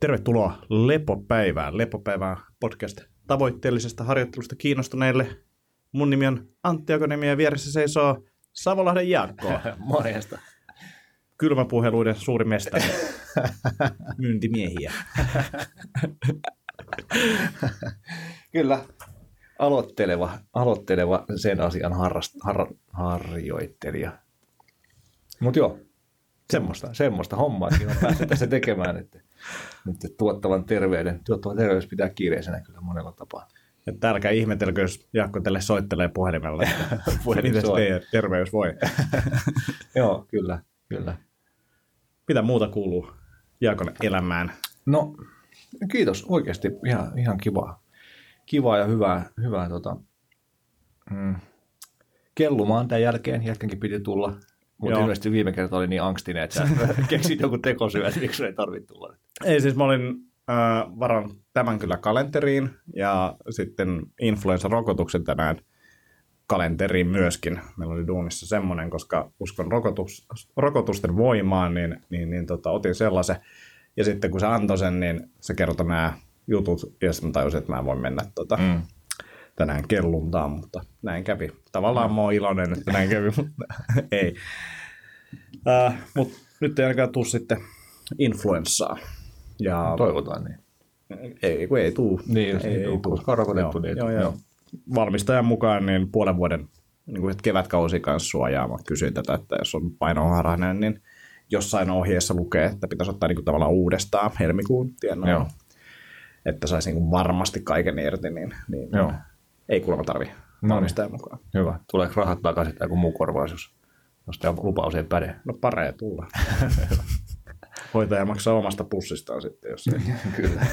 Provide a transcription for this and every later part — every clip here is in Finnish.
Tervetuloa Lepopäivään. Lepopäivään podcast tavoitteellisesta harjoittelusta kiinnostuneille. Mun nimi on Antti Akoniemi ja vieressä seisoo Savolahden Jaakko. Morjesta. Kylmäpuheluiden suuri mestari. Myyntimiehiä. Kyllä. Aloitteleva sen asian harjoittelija. Mutta joo, semmoista hommaakin on päässyt tässä tekemään, että tuottavan terveys pitää kiireisenä kyllä monella tapaa. Että älkää ihmetelkö, jos Jaakko teille soittelee puhelimella. Miten teidän terveys voi? Joo, kyllä. Mitä muuta kuuluu Jaakon elämään? No, kiitos oikeasti. Ihan kivaa ja hyvää kellumaan tämän jälkeen. Jätkänkin piti tulla. Mutta ilmeisesti viime kerta oli niin angstinen, että sä keksit joku tekosyy, että miksi ei tarvitse tulla. Ei, siis mä olin varannut tämän kyllä kalenteriin ja sitten influenssarokotuksen tänään kalenteriin myöskin. Meillä oli duunissa semmoinen, koska uskon rokotusten voimaan, niin otin sellaisen. Ja sitten kun se antoi sen, niin se kertoi nämä jutut ja sitten mä tajusin, että mä en voi mennä tänään kelluntaan, mutta näin kävi. Tavallaan mä oon iloinen, että näin kävi, mutta ei. Mutta nyt ei ainakaan tule sitten influenssaa. Ja toivotaan niin. Ei tule. Niin, ei tule, koska on rokotettu. Joo. Valmistajan mukaan niin puolen vuoden niin kevätkausi kanssa suojaama. Kysyin tätä, että jos on painoharainen, niin jossain ohjeessa lukee, että pitäisi ottaa niin kuin tavallaan uudestaan helmikuun tienoilla. Että saisi niin varmasti kaiken irti, niin ei kuulemma tarvitse valmistajan mukaan. Hyvä. Tuleeko rahat takaisin tai joku muu korvaus, jos tämä lupaus ei päde? No paree tulla. Hoitaja maksaa omasta pussistaan sitten, jos ei. Kyllä.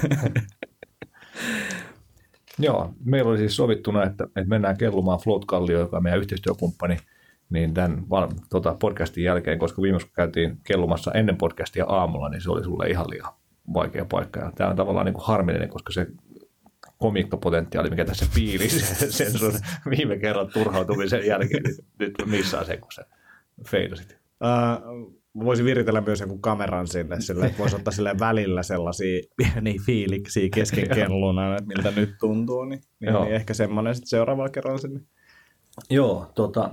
Joo, meillä oli siis sovittuna, että mennään kellumaan Float Kallio, joka on meidän yhteistyökumppani, niin tämän podcastin jälkeen, koska viimeksi kun käytiin kellumassa ennen podcastia aamulla, niin se oli sulle ihan liian vaikea paikka. Ja tämä on tavallaan niin kuin harmillinen, koska se komiikkapotentiaali, mikä tässä piirissä sen sun viime kerran turhautumisen jälkeen, niin nyt missaa se, kun sä feidasit. Voisin viritellä myös joku kameran sinne, että voisi ottaa sille välillä sellaisia pieniä fiiliksiä kesken kelluna, että miltä nyt tuntuu, niin ehkä semmoinen sitten seuraavalla kerralla sinne. Joo,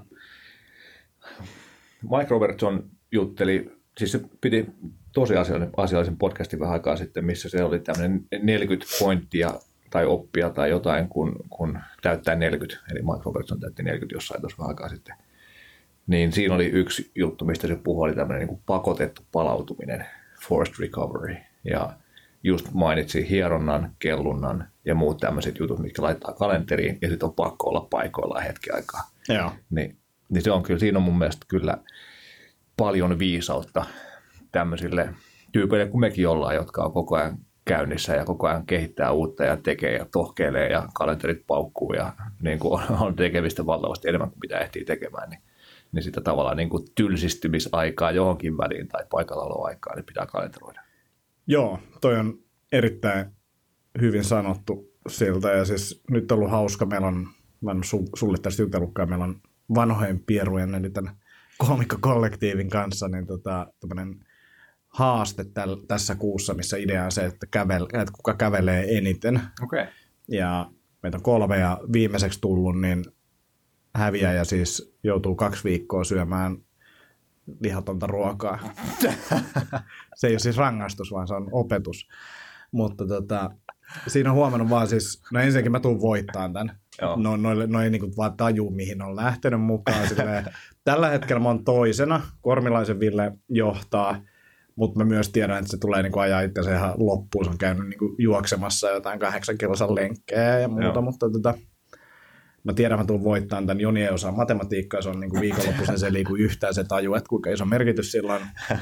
Mike Robertson jutteli, siis se piti tosi asiallisen podcastin vähän aikaa sitten, missä se oli tämmöinen 40 pointtia tai oppia tai jotain, kun täyttää 40, eli Mike Robertson täytti 40 jossain tuossa vähän aikaa sitten. Niin siinä oli yksi juttu, mistä se puhui, oli tämmöinen niin kuin pakotettu palautuminen, forced recovery. Ja just mainitsi hieronnan, kellunnan ja muut tämmöiset jutut, mitkä laittaa kalenteriin ja sitten on pakko olla paikoillaan hetken aikaa. Joo. Niin se on kyllä, siinä on mun mielestä kyllä paljon viisautta tämmöisille tyypeille kuin mekin ollaan, jotka on koko ajan käynnissä ja koko ajan kehittää uutta ja tekee ja tohkeilee ja kalenterit paukkuu ja niin kuin on tekemistä valtavasti enemmän kuin mitä ehtii tekemään, niin sitä tavallaan niin kuin tylsistymisaikaa johonkin väliin tai paikallaoloaikaa niin pitää kalenteroida. Joo, toi on erittäin hyvin sanottu siltä ja siis nyt on ollut hauska, mä en sulle tästä jutellutkaan, meillä on vanhojen pierujen eli tämän koomikkokollektiivin kanssa niin tämmöinen haaste tässä kuussa, missä idea on se, että kuka kävelee eniten. Okay. Ja meitä on 3 ja viimeiseksi tullut, niin häviäjä siis joutuu 2 viikkoa syömään lihatonta ruokaa. Se ei ole siis rangaistus, vaan se on opetus. Mutta siinä on huomannut vaan siis, no ensinnäkin mä tuun voittaan tämän. No ei niinku vaan taju, mihin on lähtenyt mukaan. Tällä hetkellä mä oon toisena, Kormilaisen Ville johtaa, mutta mä myös tiedän, että se tulee niinku ajaa itse ihan loppuun. Se on käynyt niinku juoksemassa jotain 8 kilosan lenkkejä ja muuta, mutta mä tiedän, mä tuun voittamaan tämän. Joni ei osaa matematiikkaa, se on niinku viikonloppuisen se liiku yhtään se taju, että kuinka iso merkitys silloin.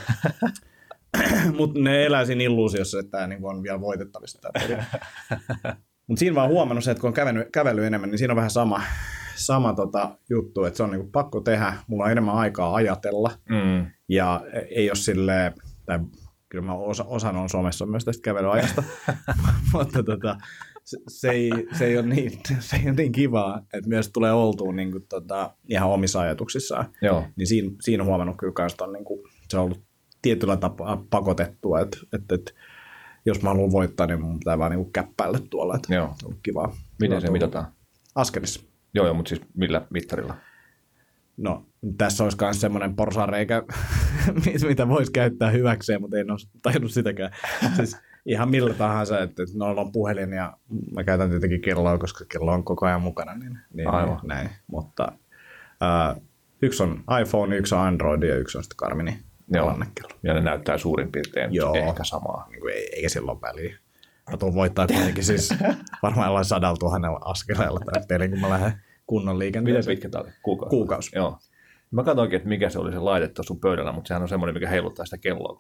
Mutta ne elää siinä illuusiossa, että tämä niinku on vielä voitettavissa. Mutta siinä vaan huomannut se, että kun on kävellyt enemmän, niin siinä on vähän sama juttu, että se on niinku pakko tehdä. Mulla on enemmän aikaa ajatella ja ei ole silleen, tai kyllä mä osan somessa myös tästä kävelyajasta, mutta se ei ole niin kivaa, että myös tulee oltua niin kuin, ihan omissa ajatuksissaan. Joo. Niin siinä on huomannut kyllä myös, niin kuin, se on ollut tietyllä tapaa pakotettua, että jos mä haluan voittaa, niin mun pitää vaan niin käppäillä tuolla, että Joo. on kivaa. Miten se mitataan? Askelissa. Joo, mutta siis millä mittarilla? No, tässä olisi myös semmoinen porsareikä, mitä voisi käyttää hyväkseen, mutta en ole tajunnut sitäkään. Siis ihan millä tahansa, että noilla on puhelin ja mä käytän tietenkin kelloa, koska kello on koko ajan mukana. Niin näin. Mutta yksi on iPhone, yksi on Android ja yksi on sitten Garminin alannekello. Ja ne näyttää suurin piirtein ehkä samaa. Niin eikä silloin väliä. Mä tuun voittaa kuitenkin siis varmaan jollain 100 000 askeleella tai pelin, kun mä lähden kunnon liikenteeseen. Miten pitkä tämä oli? Kuukausi. Joo. Mä katsoinkin, että mikä se oli se laite tuossa sun pöydällä, mutta sehän on semmoinen, mikä heiluttaa sitä kelloa.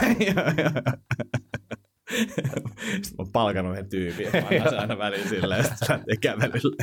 Sitten mä oon palkannut yhden tyypin, että mä annan se aina väliin silleen, ja sitten lähtee kävelylle.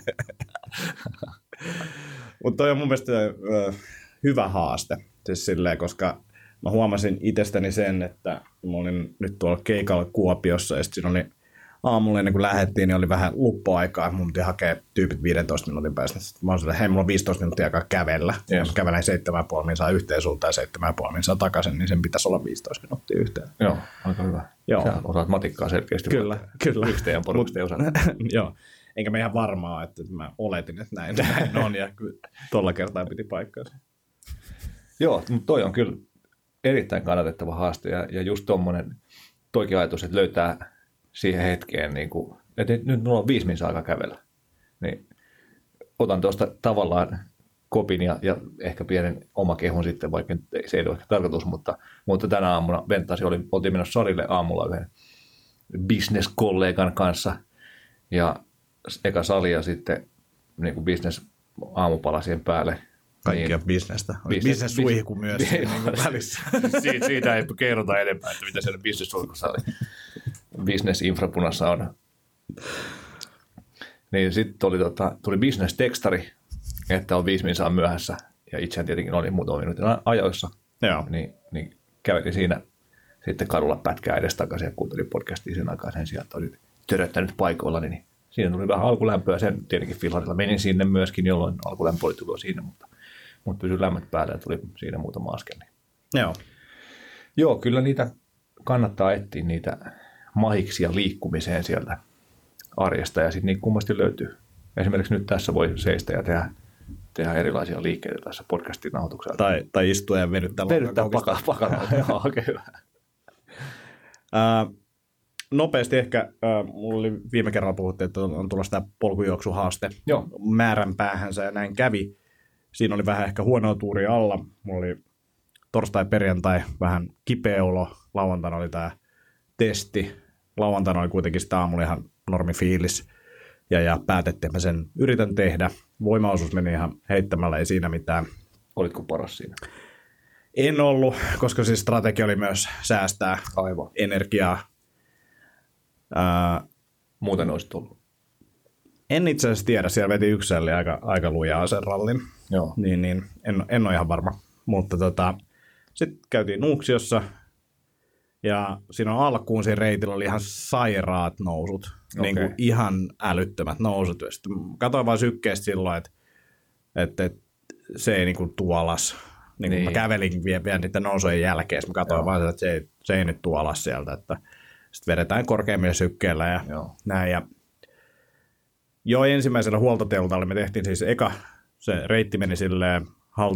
Mutta toi on mun mielestä hyvä haaste, siis silleen, koska mä huomasin itsestäni sen, että mä olin nyt tuolla keikalla Kuopiossa, ja sitten siinä oli aamulla ennen kuin lähdettiin, niin oli vähän luppuaikaa, mun piti hakea tyypit 15 minuutin päästä. Sitten mä olin silleen, hei, mulla on 15 minuuttia aikaa kävellä. Yes. Jos mä kävelen 7,5 minsaa yhteen suuntaan ja 7,5 minsaa takaisin, niin sen pitäisi olla 15 minuuttia yhteen. Joo, aika hyvä. Joo. Sä osaat matikkaa selkeästi. Kyllä. Yksi teidän porukasta ei osaa. Joo. Enkä mä ihan varmaa, että mä oletin, että näin on, ja tuolla kertaa piti paikkaansa. Joo, mutta toi on kyllä erittäin kannatettava haaste, ja just tommonen toikin ajatus, että löytää siihen hetkeen, niin kuin, että nyt mulla on 5 minsaa aikaa kävellä. Niin otan tuosta tavallaan kopin ja ehkä pienen omakehun sitten, vaikka se ei ole ehkä tarkoitus, mutta tänä aamuna venttasi, oltiin menossa salille aamulla yhden business-kollegan kanssa, ja eka sali ja sitten niin kuin business-aamupalasien päälle. Kaikkia bisnestä. Business-suihku myös niin välissä. Siitä ei kerrota enempää, että mitä siellä business-suihkussa oli. Business-infrapunassa on. Niin sitten tuli business-tekstari, että on 5 minsaa myöhässä, ja itseään tietenkin oli muutaman minuutin ajoissa. Joo. Niin kävelin siinä sitten kadulla pätkää edestakaisin ja kuuntelin podcastia sen aikaa sen sijaan, että oli töröttänyt paikoilla, niin siinä tuli vähän alkulämpöä. Sen tietenkin fillarilla menin sinne myöskin, jolloin alkulämpö oli tullut siinä, mutta pysyi lämmöt päällä ja tuli siinä muutama askel. Niin. Joo, kyllä niitä kannattaa etsiä niitä mahiksia liikkumiseen sieltä arjesta, ja sitten niitä kummasti löytyy. Esimerkiksi nyt tässä voi seistä ja tehdä erilaisia liikkeitä tässä podcastin nauhoituksella. Tai istua ja venyttää pakana. Joo, oikein hyvä. Nopeasti ehkä, mulla oli viime kerralla puhuttiin, että on tulossa tämä polkujuoksuhaaste määränpäähänsä, ja näin kävi. Siinä oli vähän ehkä huonoa tuuria alla. Mulla oli torstai, perjantai vähän kipeä olo. Lauantaina oli tämä testi. Lauantaina oli kuitenkin sitä aamulla ihan normifiilis. Ja päätettiin, että mä sen yritän tehdä. Voimaosuus meni ihan heittämällä, ei siinä mitään. Olitko paras siinä? En ollut, koska siis strategia oli myös säästää energiaa. Muuten olisi tullut. En itse asiassa tiedä, siellä veti yksellä aika lujaa sen rallin. Joo. Niin, en ole ihan varma. Mutta sitten käytiin Nuuksiossa, ja siinä alkuun siinä reitillä oli ihan sairaat nousut. Okay. Niin kuin ihan älyttömät nousut. Sitten katsoin vaan sykkeestä silloin, että se ei niin kuin tuolas. Niin. Mä kävelin vielä niiden nousujen jälkeen. Mä katsoin vaan, että se ei nyt tuolas sieltä. Sitten vedetään korkeammilla sykkeellä ja näin. Ja jo ensimmäisellä huoltoteltalla me tehtiin siis se reitti meni silleen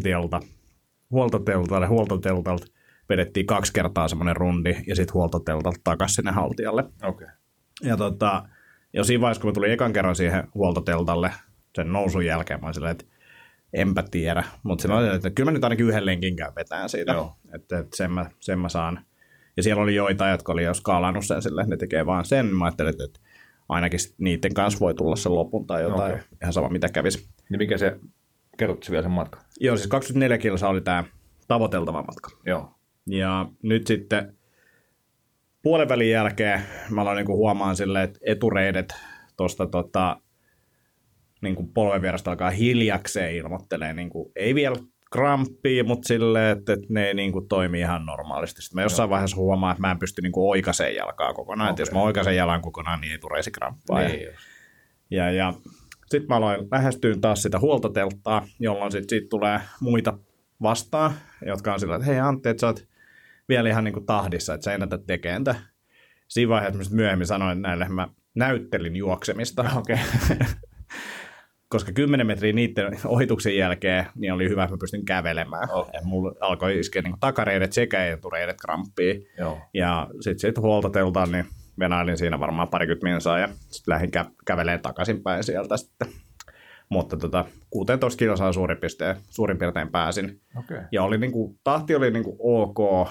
huoltoteltalta vedettiin 2 kertaa semmoinen rundi ja sitten huoltoteltalta takaisin sinne haltijalle. Okay. Ja siinä vaiheessa, kun mä tulin ekan kerran siihen huoltoteltalle sen nousun jälkeen, mä olin silleen, että enpä tiedä. Mutta siinä oli, että kyllä mä nyt ainakin yhden lenkin käyn vetään siitä, että sen mä saan. Ja siellä oli joitain, jotka oli jo skaalannut sen silleen, että ne tekee vaan sen. Mä ajattelin, että ainakin niiden kanssa voi tulla sen lopun tai jotain, ihan sama mitä kävisi. Niin mikä se, kerrotko vielä sen matka? Joo, siis 24 kilsaa oli tämä tavoiteltava matka. Joo. Ja nyt sitten puolen välin jälkeen mä aloin niinku huomaan silleen, että etureidet tuosta niinku polven vierestä alkaa hiljakseen ilmoittelee. Niinku, ei vielä kramppia, mutta silleen, että ne ei niinku toimi ihan normaalisti. Sitten mä jossain vaiheessa huomaan, että mä en pysty niinku oikaiseen jalkaa kokonaan. Että jos mä oikaisen jalan kokonaan, niin ei tule reisikramppaa. Niin. Ja sitten mä aloin lähestyä taas sitä huoltotelttaa, jolloin siitä tulee muita vastaan, jotka on sillä, että hei Antti, että sä oot vielä ihan niinku tahdissa, että sä ennätät tekemään. siinä vaiheessa myöhemmin sanoin näille, että mä näyttelin juoksemista. Okay. Koska 10 metriä niiden ohituksen jälkeen niin oli hyvä, että mä pystyn kävelemään. Okay. Mulla alkoi iskeä niin takareidet sekä etureidet kramppiin. Joo. Ja sitten huoltoteltaan, niin venailin siinä varmaan 20 minsaa ja sitten lähdin kävelemään takaisinpäin sieltä sitten. Mutta 16 kilsaa suurin piirtein pääsin. Okay. Ja oli tahti oli ok.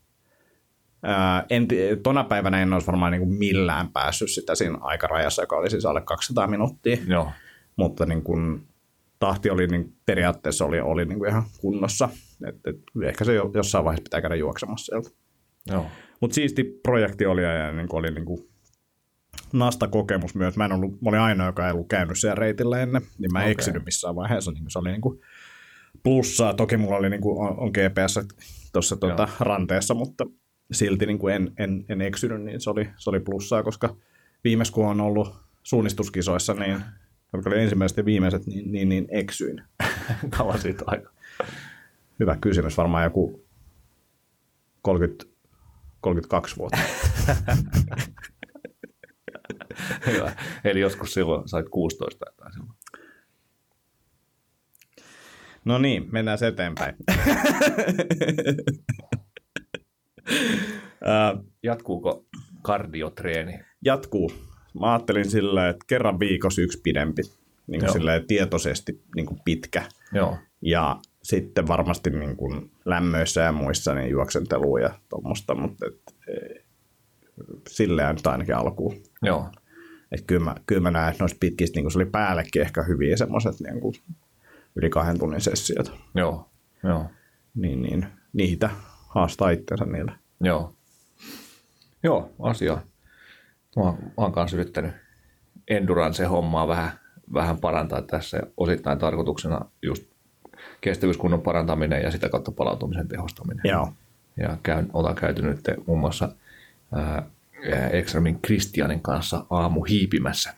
Tona päivänä en olisi varmaan millään päässyt sitä siinä aikarajassa, joka oli siis alle 200 minuuttia. Joo. Mutta tahti oli periaatteessa oli ihan kunnossa. Et ehkä se jossain vaiheessa pitää käydä juoksemassa sieltä. Joo. Mutta siisti projekti oli ja oli nasta kokemus myös. Mä olin ainoa, joka ei ollut käynyt siellä reitillä ennen, niin mä en eksynyt missään vaiheessa. Se oli plussaa. Toki mulla oli on GPS tuossa ranteessa, mutta silti en eksynyt, niin se oli plussaa, koska viimeis kun on ollut suunnistuskisoissa, niin oli ensimmäiset ja viimeiset, niin eksyin. Kauan siitä aika. Hyvä kysymys, varmaan joku 32 vuotta. Hyvä. Eli joskus silloin sait 16 tai silloin. No niin, mennään eteenpäin. Jatkuuko kardiotreeni? Jatkuu. Mä ajattelin silleen, että kerran viikossa yksi pidempi, silleen tietoisesti pitkä. Joo. Ja sitten varmasti lämmöissä ja muissa niin juoksentelua ja tuommoista, mutta silleen nyt ainakin alkuun. Joo. Että kyllä mä näen, että noista pitkistä se oli päällekin ehkä hyviä semmoiset yli 2 tunnin sessiot. Joo. Joo. Niin, niitä haastaa itsensä niillä. Joo. Joo, asia. Mä oon kanssa yrittänyt endurance-hommaa vähän parantaa tässä ja osittain tarkoituksena just kestävyyskunnon parantaminen ja sitä kautta palautumisen tehostaminen. Joo. Ja ollaan käyty nyt muun muassa Ekströmin Kristianin kanssa aamu hiipimässä.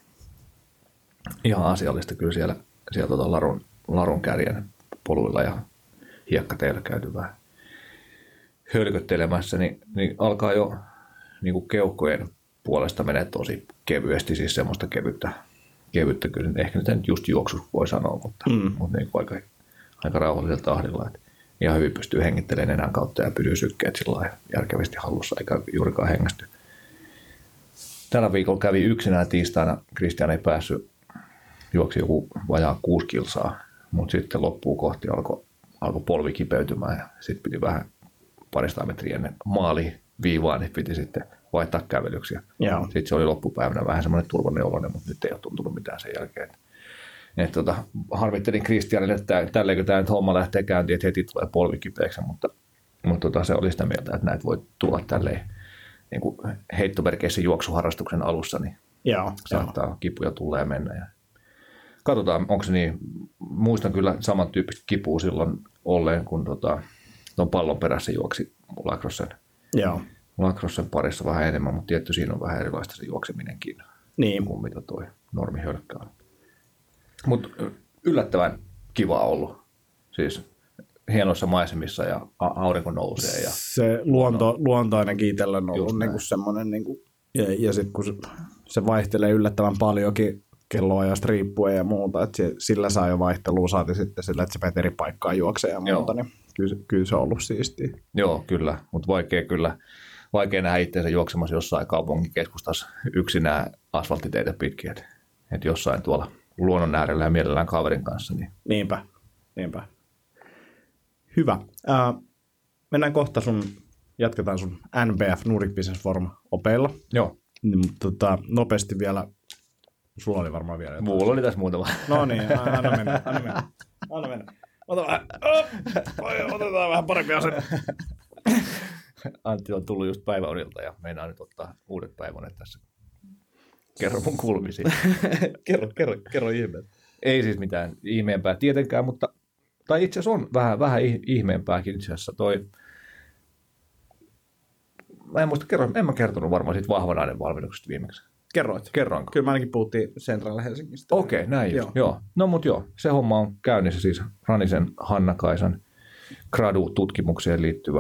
Ihan asiallista kyllä siellä larun kärjen poluilla ja hiekkateillä käyty vähän hölköttelemässä, niin alkaa jo keuhkojen puolesta menee tosi kevyesti, siis semmoista kevyttä kyllä. Ehkä nyt just juoksu voi sanoa, mutta aika rauhallisella tahdilla. Että ihan hyvin pystyy hengittelemään nenän kautta ja pysyy sykkeet sillä järkevästi hallussa, eikä juurikaan hengästy. Tällä viikolla kävi yksinään tiistaina. Kristian ei päässyt, juoksi joku vajaa 6 kilsaa, mutta sitten loppuun kohti alkoi polvi kipeytymään ja sitten piti vähän 200 metriä ennen maaliviivaa, niin piti sitten vaihtaa kävelyksiä. Sitten se oli loppupäivänä vähän semmoinen turvallinen oloinen, mutta nyt ei ole tuntunut mitään sen jälkeen. Harmittelin Kristianille, että tälleenkö tämä nyt homma lähtee käyntiin, että heti tulee polvi kipeäksi, mutta se oli sitä mieltä, että näitä voi tulla tälleen niin kuin heittomerkeissä juoksuharrastuksen alussa, niin saattaa kipuja tulla ja mennä. Ja katsotaan, onko se niin. Muistan kyllä samantyyppistä kipua silloin olleen, kun tuon pallon perässä juoksi lacrossen parissa vähän enemmän, mutta tietty siinä on vähän erilaista se juokseminenkin kuin mitä toi normihölkkä on. Mutta yllättävän kiva ollut. Siis hienoissa maisemissa ja aurinko nousee. Ja se luonto ainakin itsellä on ollut semmoinen, ja sitten kun se vaihtelee yllättävän paljonkin kelloajasta riippuen ja muuta, että sillä saa jo vaihtelua, saati sitten sillä, että se menet eri paikkaan juoksee ja muuta, niin kyllä se on ollut siistiä. Joo, kyllä, mutta vaikea nähdä itseänsä juoksemassa jossain kaupungin keskustassa yksinään asfalttiteitä pitkin, että jossain tuolla luonnon äärellä ja mielellään kaverin kanssa. Niin. Niinpä. Hyvä. Mennään kohta jatketaan sun NBF Nordic Business Forum -opeilla. Joo. Nopeasti vielä. Sulla oli varmaan vielä jotain. Mulla oli tässä muutama. No niin, anna mennä. Otetaan vähän parempi asenne. Antti on tullut just päiväunilta ja meinaa nyt ottaa uudet päiväunet tässä. Kerro mun kulmisi. kerro ihmeet. Ei siis mitään ihmeempää tietenkään, tai itse asiassa on vähän ihmeempääkin itse asiassa mä en muista, en mä kertonut varmaan siitä vahvan ainen valmennuksesta viimeksi. Kerroinko? Kyllä mä ainakin puhuttiin Central Helsingistä. Okei, näin joo. No mut se homma on käynnissä siis Ranisen Hanna-Kaisan gradu-tutkimukseen liittyvä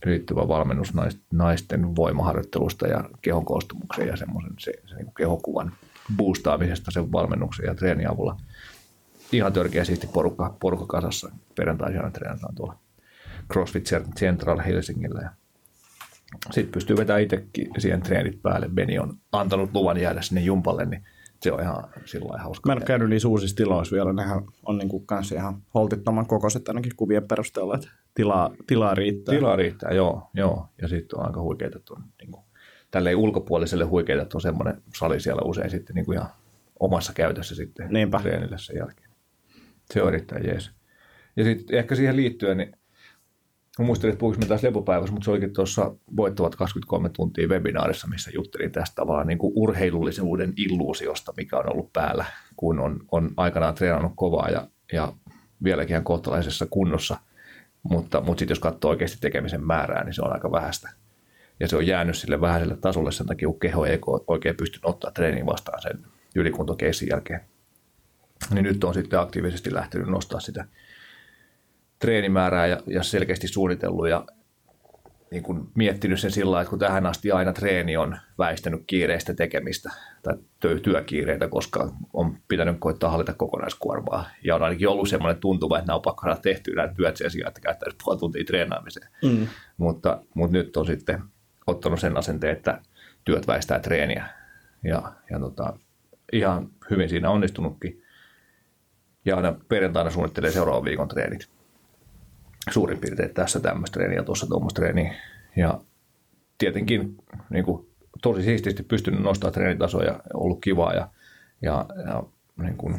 liittyvä valmennus naisten voimaharjoittelusta ja kehon koostumuksen ja semmoisen se niin kuin kehokuvan boostaamisesta sen valmennuksen ja treenin avulla. Ihan törkeä siisti porukka kasassa. Perjantaisin treenataan tuolla CrossFit Central Helsingillä. Ja sitten pystyy vetämään itsekin siihen treenit päälle. Beni on antanut luvan jäädä sinne jumpalle, niin se on ihan sillä lailla hauska. Mä en ole käynyt niissä uusissa tiloissa vielä. Nehän on niinku kanssa ihan holtittoman kokoiset ainakin kuvien perusteella, että tilaa riittää. Tilaa riittää, joo. Ja sitten on aika huikeita niinku, tälleen ulkopuoliselle huikeita, että on semmoinen sali siellä usein sitten niinku ihan omassa käytössä sitten treenille sen jälkeen. Se on erittäin jees. Ja sitten ehkä siihen liittyen, niin mä muistelin, että puhuinko me taas lepopäivässä, mutta se olikin tuossa Voittavat 23 tuntia webinaarissa, missä juttelin tästä tavallaan niin kuin urheilullisuuden illuusiosta, mikä on ollut päällä, kun on aikanaan treenannut kovaa ja vieläkin ihan kohtalaisessa kunnossa. Mutta sitten jos katsoo oikeasti tekemisen määrää, niin se on aika vähäistä. Ja se on jäänyt sille vähäiselle tasolle sen takia, kun keho ei oikein pystynyt ottaa treeniin vastaan sen ylikuntokeissin jälkeen. Niin nyt on sitten aktiivisesti lähtenyt nostaa sitä treenimäärää ja selkeästi suunnitellut ja niin kuin miettinyt sen sillä lailla, että kun tähän asti aina treeni on väistänyt kiireistä tekemistä tai työkiireitä, koska on pitänyt koittaa hallita kokonaiskuormaa. Ja on ainakin ollut semmoinen tuntuva, että nämä on pakko saada tehtyä nämä työt sen sijaan, että käyttäisi puoli tuntia treenaamiseen. Mutta nyt on sitten ottanut sen asenteen, että työt väistää treeniä ja ihan hyvin siinä onnistunutkin. Ja aina perjantaina suunnittelee seuraavan viikon treenit. Suurin piirtein tässä tämmöistä treeniä, tuossa tuommoista treeniä. Ja tietenkin niin kuin, tosi siististi pystynyt nostamaan treenitasoa ja ollut kivaa ja niin kuin,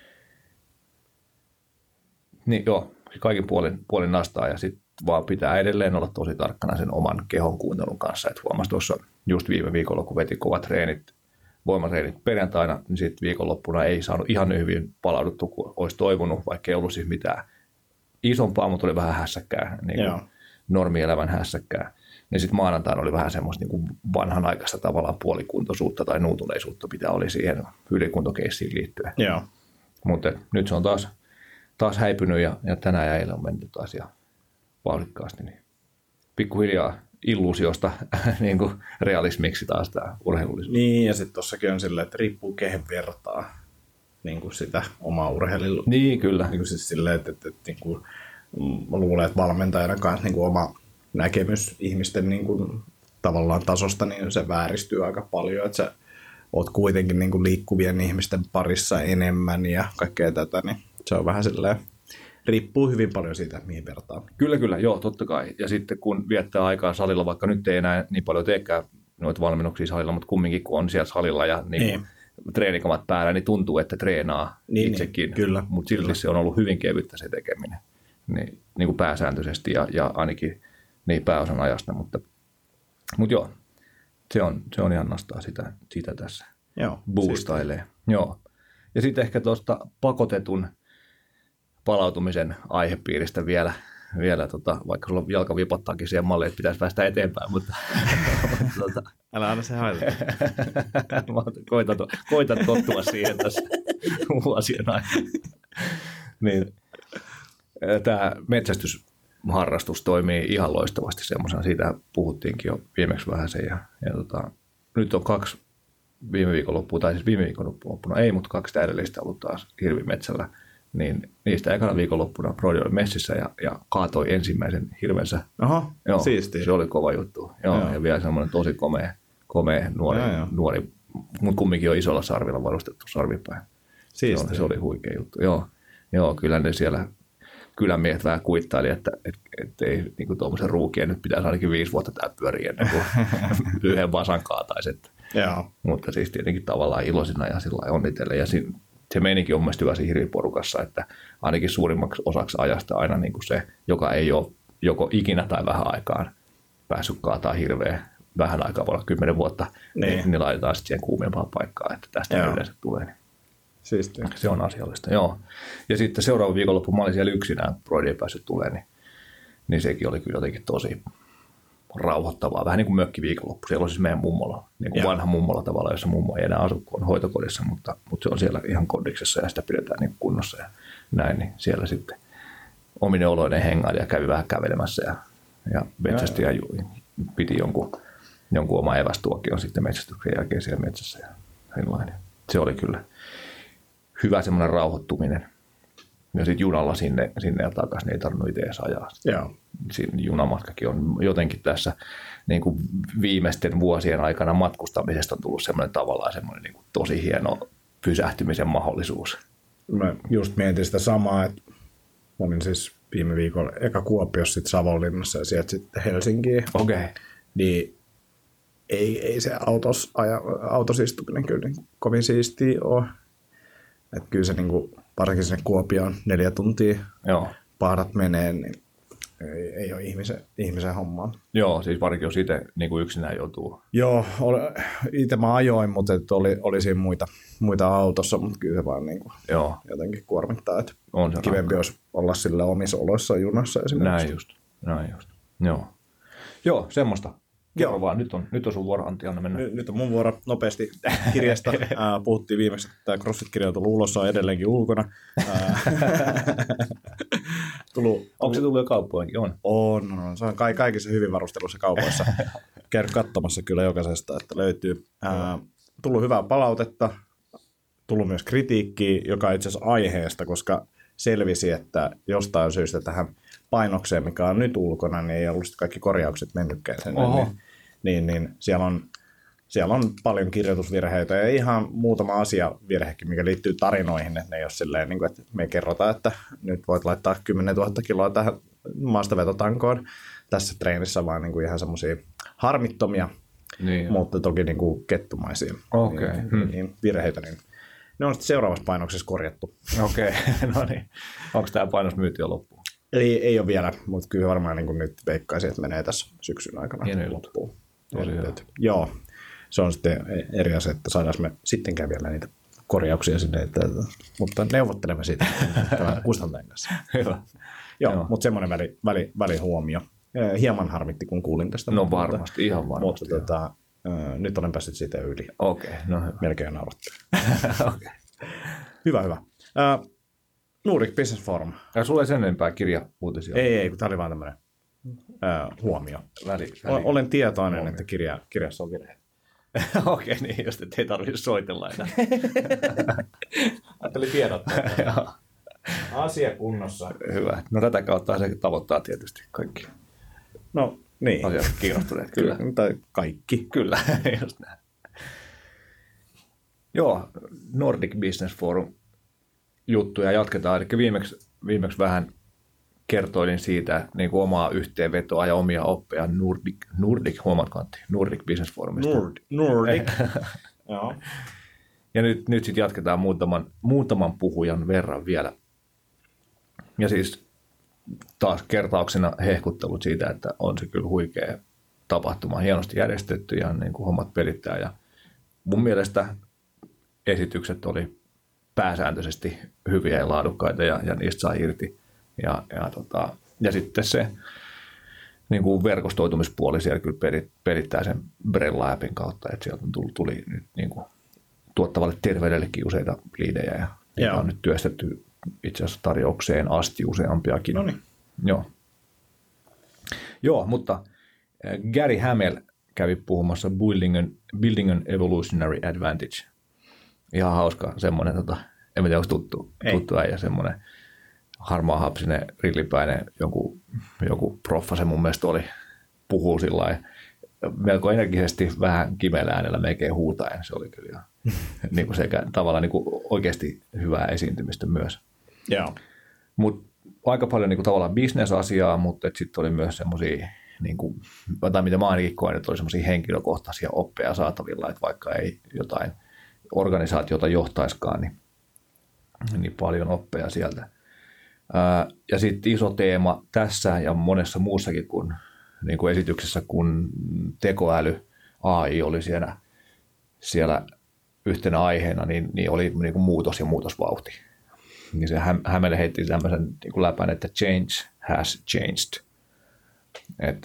niin joo, kaikin puolin nastaa ja sitten vaan pitää edelleen olla tosi tarkkana sen oman kehon kuuntelun kanssa. Et huomasi tuossa just viime viikolla, kun veti kovat treenit, voimatreenit perjantaina, niin sitten viikonloppuna ei saanut ihan niin hyvin palauduttu kuin olisi toivonut, vaikka ei ollut siis mitään isompaa, mutta oli vähän hässäkkää, niin kuin normielävän hässäkkää. Ja sitten maanantaina oli vähän semmoista niin kuin vanhanaikaista tavallaan puolikuntoisuutta tai nuutuneisuutta, mitä oli siihen ylikuntokeisiin liittyen. Mutta nyt se on taas häipynyt ja tänään ja eilen on mennyt taas ihan vauhdikkaasti. Niin pikkuhiljaa illuusiosta niin kuin realismiksi taas tämä urheilullisuus. Niin, ja sitten tuossakin on silleen, että riippuu kehen vertaa niin kuin sitä omaa urheilua. Niin, kyllä. Niin kuin siis silleen, että niin kuin, mä luulen, että valmentajana kanssa niin kuin oma näkemys ihmisten niin kuin, tavallaan tasosta, niin se vääristyy aika paljon, että sä oot kuitenkin niin kuin liikkuvien ihmisten parissa enemmän ja kaikkea tätä, niin se on vähän silleen, riippuu hyvin paljon siitä, mihin vertaa. Kyllä, joo, totta kai. Ja sitten kun viettää aikaa salilla, vaikka nyt ei enää niin paljon teekään noita valmennuksia salilla, mutta kumminkin kun on siellä salilla ja niin. Treenikamat päällä, niin tuntuu, että treenaa itsekin. Kyllä. Mutta silti se on ollut hyvin kevyttä se tekeminen niin kuin pääsääntöisesti ja ainakin niin pääosan ajasta. Mutta joo, se on ihan nastaa sitä tässä. Joo, boostailee. Joo. Ja sitten ehkä tuosta pakotetun palautumisen aihepiiristä vielä vaikka sulla jalka vipottaakin siihen malliin, että pitäisi päästä eteenpäin, mutta älä anna se haitata. Koitan tottua siihen tässä vuosien aikana. Niin, tämä metsästysharrastus toimii ihan loistavasti semmoisena. Siitä puhuttiinkin jo viimeksi vähän sen. Nyt on 2 viime viikonloppuna, ei, mutta 2 täydellistä ollut taas hirvimetsällä. Niin niistä ekana viikonloppuna Brody oli messissä ja kaatoi ensimmäisen hirvensä. Oho, siistiä. Se oli kova juttu. Joo. Ja vielä semmoinen tosi komea nuori, mutta kumminkin on isolla sarvilla varustettu sarvipäin. Se oli huikea juttu. Joo, kyllä ne siellä kylämiehet vähän kuittaili, että ei niin tuommoisen ruukien nyt pitäisi ainakin 5 vuotta tää pyöriä ennen kuin yhden vasan kaataisi. Mutta siis tietenkin tavallaan iloisina ja sillä lailla onnitellen. Ja se meininki on mielestäni hyvä siinä hirviporukassa, että ainakin suurimmaksi osaksi ajasta aina niin kuin se, joka ei ole joko ikinä tai vähän aikaan päässyt kaataa hirveä, vähän aikaa voi olla 10 vuotta, niin laitetaan sitten siihen kuumempaan paikkaan, että tästä yleensä tulee. Siistiä. Se on asiallista, joo. Ja sitten seuraava viikonloppu, mä olin siellä yksinään, Brody ei päässyt tulemaan, niin sekin oli kyllä jotenkin tosi rauhoittavaa. Vähän niin kuin mökkiviikonloppu. Siellä on siis meidän mummola, niin kuin vanha mummola tavallaan, jossa mummo ei enää asu, kun on hoitokodissa, mutta se on siellä ihan kondiksessa ja sitä pidetään niin kunnossa ja näin, niin siellä sitten omine oloinen hengaili ja kävi vähän kävelemässä ja Ja metsästäjä piti jonkun oma evästuokion sitten metsästyksen jälkeen siellä metsässä ja sellainen. Se oli kyllä hyvä semmoinen rauhoittuminen. Ja sitten junalla sinne ja takaisin, niin ei tarvinnut itse edes ajaa. Joo. Siinä junamatkakin on jotenkin tässä niin kuin viimeisten vuosien aikana matkustamisesta on tullut semmoinen tavallaan semmoinen niin kuin tosi hieno pysähtymisen mahdollisuus. Mä just mietin sitä samaa, että mä olin siis viime viikolla eka Kuopiossa, sitten Savonlinnassa ja sieltä sitten Helsinkiin. Okei. Okay. Niin ei se autossa istuminen kyllä niin kovin siistiä ole. Että kyllä se niin kuin, varsinkin sinne Kuopioon 4 tuntia paadat menee, niin ei ole ihmisen hommaa. Joo, siis varsinkin jos itse niin kuin yksinään joutuu. Joo, itse mä ajoin, mutta oli siinä muita autossa, mutta kyllä se vaan niin kuin jotenkin kuormittaa. Että on se kivempi olisi olla sillä omissa oloissa junassa esimerkiksi. Näin just. Joo, semmoista. Kerro vaan, nyt on sun vuoro, Antti, anna mennä. Nyt on mun vuoro nopeasti kirjasta. Puhuttiin viimeksi, että tämä CrossFit-kirja on tullut ulos, on edelleenkin ulkona. Onko se tullut jo kauppoihinkin? On. Se on kaikissa hyvin varustelussa kaupoissa. Käy katsomassa kyllä jokaisesta, että löytyy. Tullut hyvää palautetta, tullut myös kritiikkiä, joka itse asiassa aiheesta, koska selvisi, että jostain syystä tähän painokseen, mikä on nyt ulkona, niin ei ollut kaikki korjaukset mennytkään sen. Niin siellä on paljon kirjoitusvirheitä ja ihan muutama asiavirhekin, mikä liittyy tarinoihin, että ne ei ole silleen, niin kuin, että me kerrotaan, että nyt voit laittaa 10 000 kiloa tähän maastavetotankoon tässä treenissä, vaan niin kuin ihan semmoisia harmittomia, mutta toki niin kuin kettumaisia niin virheitä, niin ne on sitten seuraavassa painoksessa korjattu. Okei, no niin. Onko tämä painos myyty jo loppuun? Ei ole vielä, mutta kyllä varmaan niin nyt veikkaisin, että menee tässä syksyn aikana loppuun. Joo, se on sitten eri asia, että saadaan me sittenkään vielä niitä korjauksia sinne, mutta neuvottelemme siitä tämän kustantajan kanssa. Hyvä. Joo. Mutta semmoinen välihuomio. Hieman harmitti, kun kuulin tästä. No varmasti, ihan varmasti. Mutta nyt olen päässyt siitä yli. Okei, no hyvä. Melkein naurattaa. Okay. Hyvä. Nordic Business Forum. Ja sulla ei sen enempää kirja-uutisia? Ei, kun tämä oli vaan tämmöinen huomio. Olen tietoinen, että kirjassa on virhe. Okei, niin just, että ei tarvitse soitella enää. Ajattelin tiedottaa. Asia kunnossa. Hyvä. No tätä kautta se tavoittaa tietysti kaikki. No niin. Asiat kiinnostuneet, kyllä. Tai kaikki. Kyllä, just näin. Joo, Nordic Business Forum juttuja jatketaan. Eli viimeksi vähän kertoilin siitä niin kuin omaa yhteenvetoa ja omia oppeja Nordic Business Forumista. Nordic. Joo. Ja nyt sitten jatketaan muutaman puhujan verran vielä. Ja siis taas kertauksena hehkuttelut siitä, että on se kyllä huikea tapahtuma, hienosti järjestetty ja niin kuin hommat pelittää. Ja mun mielestä esitykset oli pääsääntöisesti hyviä ja laadukkaita ja niistä saa irti. Ja sitten se niin kuin verkostoitumispuoli siellä kyllä pelittää sen Brella-appin kautta, että sieltä tuli nyt niin kuin tuottavalle terveydellekin useita liidejä ja on nyt työstetty itse asiassa tarjoukseen asti useampiakin. No niin. Joo, mutta Gary Hamel kävi puhumassa Building an Evolutionary Advantage. Ihan hauska semmoinen, en tiedä, onko tuttu äijä, semmoinen harmaahapsinen, rillipäinen, joku proffa se mun mielestä puhuu sillä melko energisesti, vähän kimeällä äänellä, melkein huutaen. Se oli kyllä niin kuin sekä tavallaan niin kuin oikeasti hyvää esiintymistä myös. Joo. Mutta aika paljon niin kuin tavallaan bisnesasiaa, mutta sitten oli myös semmoisia, niin kuin, tai mitä mä ainakin koen, että oli semmoisia henkilökohtaisia oppeja saatavilla, että vaikka ei jotain organisaatiota johtaiskaan, niin paljon oppeja sieltä. Ja sitten iso teema tässä ja monessa muussakin kuin esityksessä, kun tekoäly, AI oli siellä yhtenä aiheena, niin oli niin kuin muutos ja muutosvauhti. Niin se Hämele heitti tämmöisen niin kuin läpän, että change has changed. Että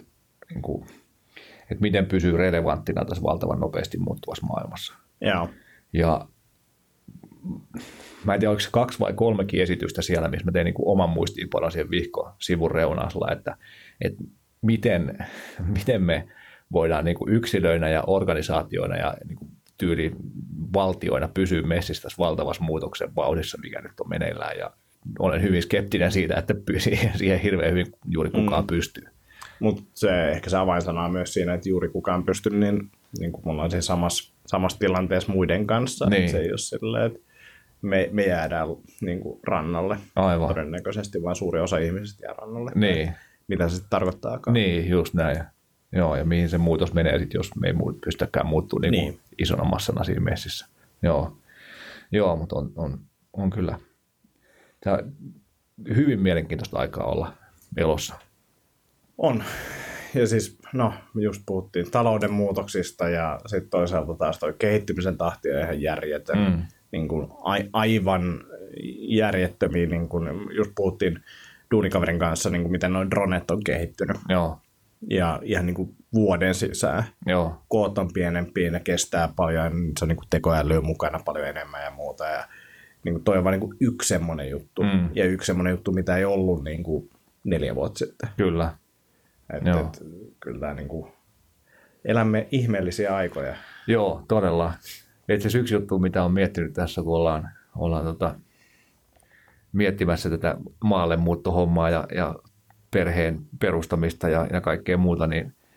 miten pysyy relevanttina tässä valtavan nopeasti muuttuvassa maailmassa. Joo. Ja mä en tiedä, oliko se 2 vai 3 esitystä siellä, missä mä tein niin kuin oman muistiinpanon siihen vihko-sivun reunasella, että miten me voidaan niin kuin yksilöinä ja organisaatioina ja niin kuin valtioina pysyä messissä tässä valtavassa muutoksen vauhdissa, mikä nyt on meneillään. Ja olen hyvin skeptinen siitä, että siihen hirveän hyvin juuri kukaan pystyy. Mutta ehkä se avainsana on myös siinä, että juuri kukaan pystyy, niin kuin mulla on siinä samassa tilanteessa muiden kanssa. Niin. Se ei ole silleen, että me jäädään niin kuin rannalle. Aivan. Todennäköisesti vaan suuri osa ihmisistä jää rannalle. Niin. Mitä se sitten tarkoittaakaan. Niin, just näin. Joo, ja mihin se muutos menee sitten, jos me ei pystytäkään muuttua niin. Isona massana siinä messissä. Joo, mutta on kyllä tämä hyvin mielenkiintoista aikaa olla elossa. On. Ja siis, me just puhuttiin talouden muutoksista ja sitten toisaalta taas toi kehittymisen tahti on ihan järjetön. Niin kuin aivan järjettömiä, niin kuin just puhuttiin duunikaverin kanssa, niin kuin miten noin dronet on kehittynyt. Joo. Ja ihan niin kuin vuoden sisään. Joo. Koot on pienempiä, ne kestää paljon, se on niin kuin tekoälyä mukana paljon enemmän ja muuta. Ja niin kuin toi on vain niin kuin yksi semmoinen juttu. Ja yksi semmoinen juttu, mitä ei ollut niin kuin 4 vuotta sitten. Kyllä. Kyllä tämä niin kuin, elämme ihmeellisiä aikoja. Joo, todella. Itse asiassa yksi juttu, mitä olen miettinyt tässä, kun ollaan miettimässä tätä maallemuuttohommaa ja perheen perustamista ja kaikkea muuta,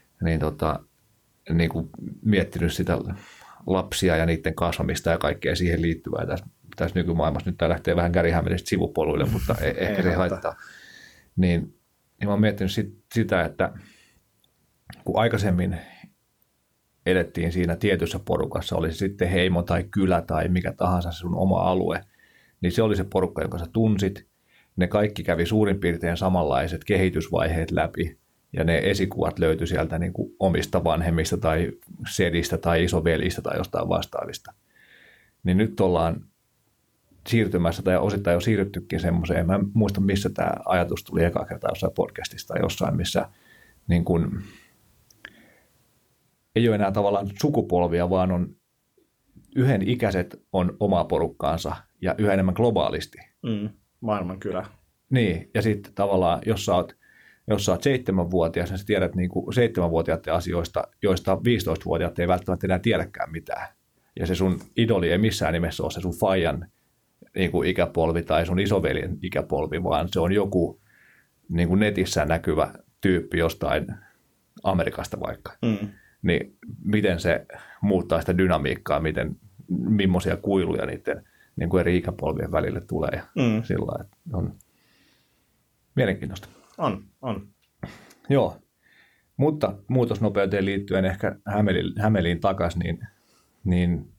niin kuin miettinyt sitä lapsia ja niiden kasvamista ja kaikkea siihen liittyvää tässä nykymaailmassa. Nyt tämä lähtee vähän kärihämmelistä sivupoluille, mutta ehkä se haittaa. Niin mä oon miettinyt sitä, että kun aikaisemmin elettiin siinä tietyssä porukassa, oli se sitten heimo tai kylä tai mikä tahansa sun oma alue, niin se oli se porukka, jonka sä tunsit. Ne kaikki kävi suurin piirtein samanlaiset kehitysvaiheet läpi, ja ne esikuvat löytyi sieltä niin kuin omista vanhemmista tai sedistä tai isovelistä tai jostain vastaavista. Niin nyt ollaan siirtymässä tai osittain jo siirryttykin semmoiseen. Mä en muista, missä tämä ajatus tuli eka kertaa jossain podcastista tai jossain, missä niin kuin, ei ole enää tavallaan sukupolvia, vaan on yhden ikäiset on omaa porukkaansa ja yhä enemmän globaalisti. Maailman kylä. Niin, ja sitten tavallaan, jos sä oot 7-vuotias, niin sä tiedät niin kuin 7-vuotiaiden asioista, joista 15-vuotiaat ei välttämättä enää tiedäkään mitään. Ja se sun idoli ei missään nimessä ole se sun faijan niin kuin ikäpolvi tai sun isoveljen ikäpolvi, vaan se on joku niin kuin netissä näkyvä tyyppi jostain Amerikasta vaikka. Niin miten se muuttaa sitä dynamiikkaa, millaisia kuiluja niiden niin kuin eri ikäpolvien välille tulee ja sillä lailla, että on mielenkiintoista. On. Joo, mutta muutosnopeuteen liittyen ehkä Hämeliin takaisin, niin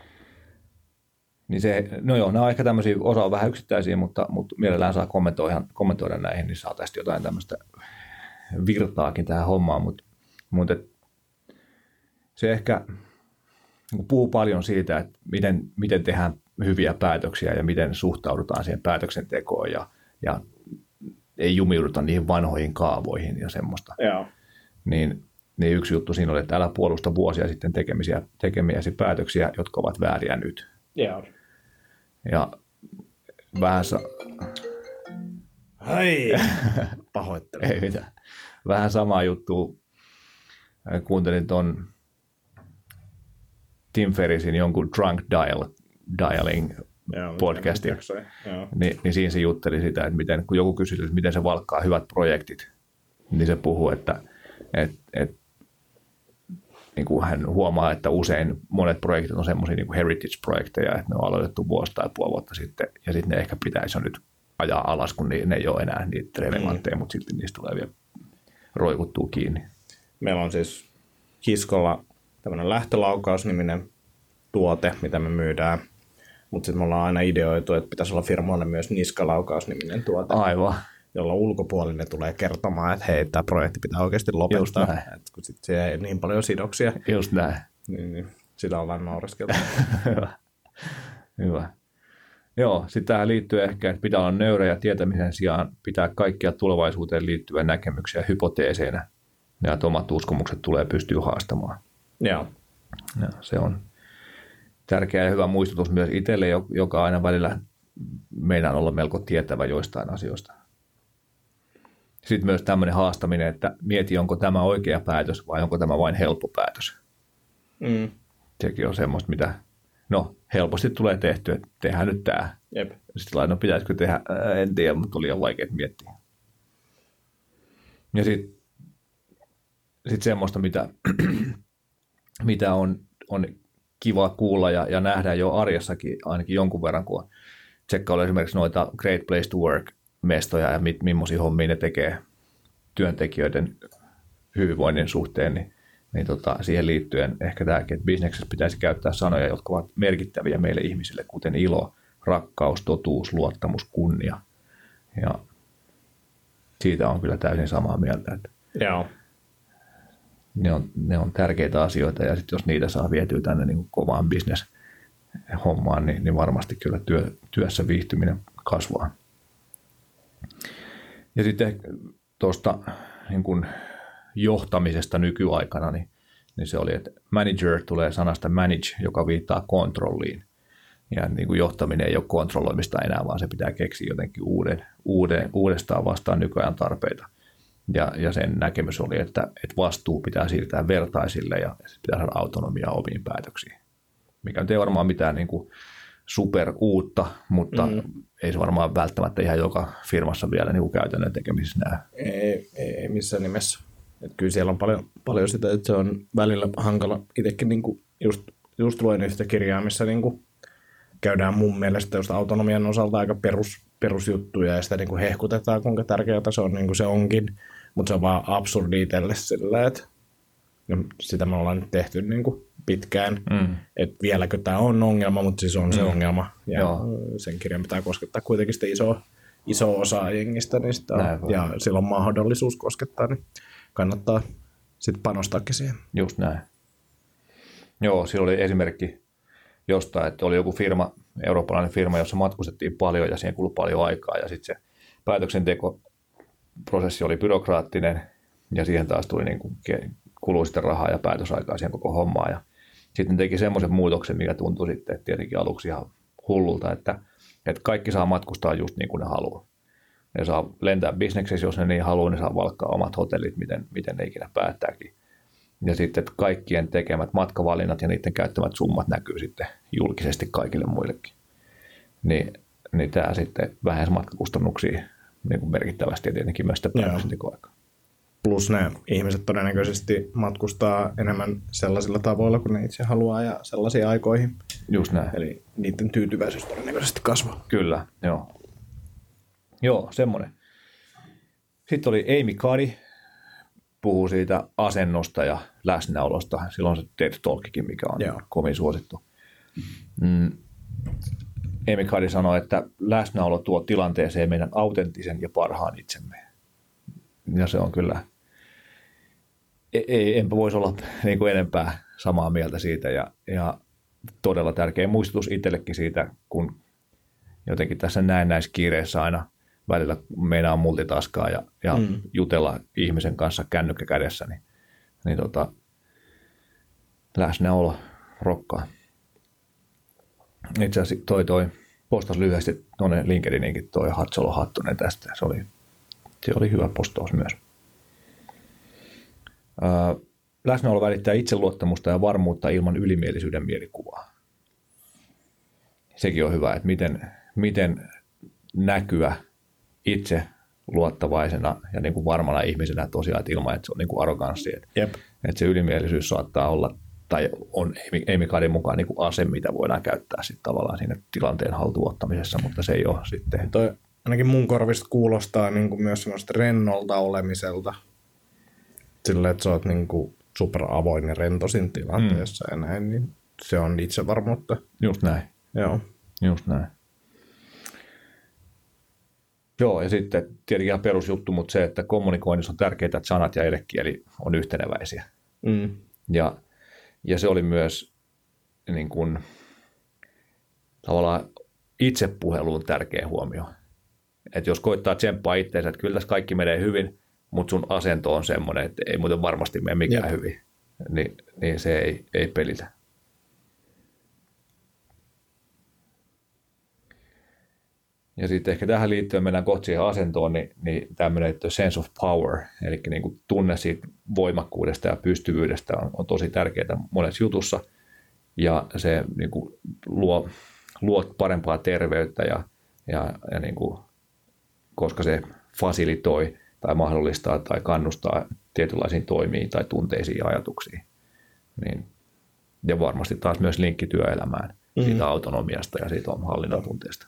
se, nämä on ehkä tämmöisiä, osa on vähän yksittäisiä, mutta mielellään saa kommentoida näihin, niin saa tästä jotain tämmöistä virtaakin tähän hommaan, mutta se ehkä puhuu paljon siitä, että miten tehdään hyviä päätöksiä ja miten suhtaudutaan siihen päätöksentekoon ja ei jumiuduta niihin vanhoihin kaavoihin ja semmoista. Joo. Niin yksi juttu siinä oli, että älä puolusta vuosia sitten tekemiäsi päätöksiä, jotka ovat vääriä nyt. Joo. Ja vähän pahoittelen. Ei mitään. Vähän samaa juttua. Kuuntelin ton Tim Ferrissin jonkun Drunk Dialing podcastin. Niin siinä se jutteli sitä, että kun joku kysyi, että miten se valkkaa hyvät projektit, niin se puhuu, että niin kuin hän huomaa, että usein monet projektit on semmoisia niin kuin heritage-projekteja, että ne on aloitettu vuosi tai puoli vuotta sitten, ja sitten ne ehkä pitäisi jo nyt ajaa alas, kun ne ei ole enää niitä relevantteja, mutta silti niistä tulee vielä roikuttua kiinni. Meillä on siis Kiskolla tämmöinen lähtölaukaus-niminen tuote, mitä me myydään, mutta sitten me ollaan aina ideoitu, että pitäisi olla firmoille myös niskalaukaus-niminen tuote. Aivan. Jolla ulkopuolinen tulee kertomaan, että hei, tämä projekti pitää oikeasti lopettaa, että kun sitten siellä ei niin paljon sidoksia. Just näin. Niin sitä ollaan naureskeltu. Hyvä. Joo, sitten tähän liittyy ehkä, että pitää olla nöyrä ja tietämisen sijaan pitää kaikkia tulevaisuuteen liittyviä näkemyksiä hypoteeseina. Ja että omat uskomukset tulee pystyä haastamaan. Joo. Ja se on tärkeä ja hyvä muistutus myös itselle, joka aina välillä meinaa olla melko tietävä joistain asioista. Sitten myös tämmöinen haastaminen, että mieti, onko tämä oikea päätös vai onko tämä vain helppo päätös. Sekin on semmoista, mitä helposti tulee tehtyä, että tehdään nyt tämä. Jep. Sitten pitäisikö tehdä, en tiedä, mutta oli liian vaikea miettiä. Ja sitten semmoista, mitä on kiva kuulla ja nähdä jo arjessakin ainakin jonkun verran, kun on tsekkailla esimerkiksi noita Great Place to Work-mestoja ja millaisia hommia ne tekee työntekijöiden hyvinvoinnin suhteen, niin siihen liittyen ehkä tämäkin, että bisneksessä pitäisi käyttää sanoja, jotka ovat merkittäviä meille ihmisille, kuten ilo, rakkaus, totuus, luottamus, kunnia. Ja siitä on kyllä täysin samaa mieltä, että Joo. Ne on tärkeitä asioita, ja sitten jos niitä saa vietyä tänne niin kuin kovaan business-hommaan, niin varmasti kyllä työssä viihtyminen kasvaa. Ja sitten tuosta niin kuin johtamisesta nykyaikana, niin se oli, että manager tulee sanasta manage, joka viittaa kontrolliin. Ja niin kuin johtaminen ei ole kontrolloimista enää, vaan se pitää keksiä jotenkin uudestaan vastaan nykyajan tarpeita. Ja sen näkemys oli, että vastuu pitää siirtää vertaisille ja pitää saada autonomiaa omiin päätöksiin. Mikä nyt ei varmaan mitään niin kuin super uutta, mutta ei se varmaan välttämättä ihan joka firmassa vielä niin kuin käytännön tekemisissä näe. Ei missään nimessä. Et kyllä siellä on paljon sitä, että se on välillä hankala. Itsekin niin kuin just luen yhtä kirjaa, missä niin kuin käydään mun mielestä just autonomian osalta aika perusjuttuja ja sitä niin kuin hehkutetaan, kuinka tärkeää se on, niin kuin se onkin. Mutta se on vaan absurdi itselle sillä, että sitä me ollaan nyt tehty niin kuin pitkään. Että vieläkö tämä on ongelma, mutta siis on se ongelma. Ja sen kirjan pitää koskettaa kuitenkin sitä iso osaa jengistä. Niin sitä ja sillä on mahdollisuus koskettaa, niin kannattaa sitten panostaakin siihen. Just näin. Joo, siellä oli esimerkki jostain, että oli joku firma, eurooppalainen firma, jossa matkustettiin paljon ja siihen kului paljon aikaa. Ja sitten se päätöksentekoprosessi oli byrokraattinen ja siihen taas tuli niin kuin kului sitten rahaa ja päätösaikaa siihen koko hommaan. Ja sitten teki semmoisen muutoksen, mikä tuntui sitten että tietenkin aluksi ihan hullulta, että kaikki saa matkustaa just niin kuin ne haluaa. Ne saa lentää bisneksessä, jos ne niin haluaa, ne saa valkkaa omat hotellit, miten ne ikinä päättääkin. Ja sitten että kaikkien tekemät matkavalinnat ja niiden käyttämät summat näkyy sitten julkisesti kaikille muillekin. Niin tämä sitten vähensi matkakustannuksia niin kuin merkittävästi ja tietenkin myös sitä päätöksentekoaikaa. Plus ne ihmiset todennäköisesti matkustaa enemmän sellaisilla tavoilla, kun ne itse haluaa ja sellaisiin aikoihin. Just näin. Eli niiden tyytyväisyys todennäköisesti kasvaa. Kyllä, joo. Joo, semmoinen. Sitten oli Amy Cuddy, puhuu siitä asennosta ja läsnäolosta. Silloin se TED Talkikin, mikä on kovin suosittu. Amy Cuddy sanoi, että läsnäolo tuo tilanteeseen meidän autenttisen ja parhaan itsemme. Ja se on kyllä, enpä voisi olla niin kuin enempää samaa mieltä siitä. Ja todella tärkeä muistutus itsellekin siitä, kun jotenkin tässä näennäiskiireessä aina välillä meinaa multitaskaa ja jutella ihmisen kanssa kännykkä kädessä, niin läsnäolo rokkaa. Itse asiassa toi postasi lyhyesti tuonne LinkedIninkin toi Hatsolo Hattunen tästä. Se oli hyvä postaus myös. Läsnäolo välittää itseluottamusta ja varmuutta ilman ylimielisyyden mielikuvaa. Sekin on hyvä, että miten näkyä itse luottavaisena ja niin kuin varmana ihmisenä tosiaan, että ilman, että se on niin kuin arroganssi. Että se ylimielisyys saattaa olla, tai on Amy Cuddyn mukaan niin kuin ase, mitä voidaan käyttää sitten tavallaan siinä tilanteen haltuunottamisessa, mutta se ei ole sitten. Toi ainakin mun korvista kuulostaa niin kuin myös semmoista rennolta olemiselta. Silleen, että sä oot niin kuin super avoin ja rento siinä tilanteessa ja näin, niin se on itsevarmuutta. Just näin. Joo. Just näin. Joo, ja sitten tietenkin ihan perusjuttu, mutta se, että kommunikoinnissa on tärkeää, että sanat ja elekieli on yhteneväisiä. Ja se oli myös niin kuin, tavallaan itsepuheluun tärkeä huomio. Että jos koittaa tsemppaa itseensä, että kyllä tässä kaikki menee hyvin, mutta sun asento on semmoinen, että ei muuten varmasti mene mikään hyvin, niin se ei pelitä. Ja sitten ehkä tähän liittyen mennään kohti siihen asentoon, niin tämmöinen sense of power, eli niin kuin tunne siitä voimakkuudesta ja pystyvyydestä on tosi tärkeää monessa jutussa. Ja se niin kuin luo parempaa terveyttä ja niin kuin, koska se fasilitoi tai mahdollistaa tai kannustaa tietynlaisiin toimiin tai tunteisiin ja ajatuksiin. Niin, ja varmasti taas myös linkki työelämään siitä autonomiasta ja siitä hallinnan tunteesta.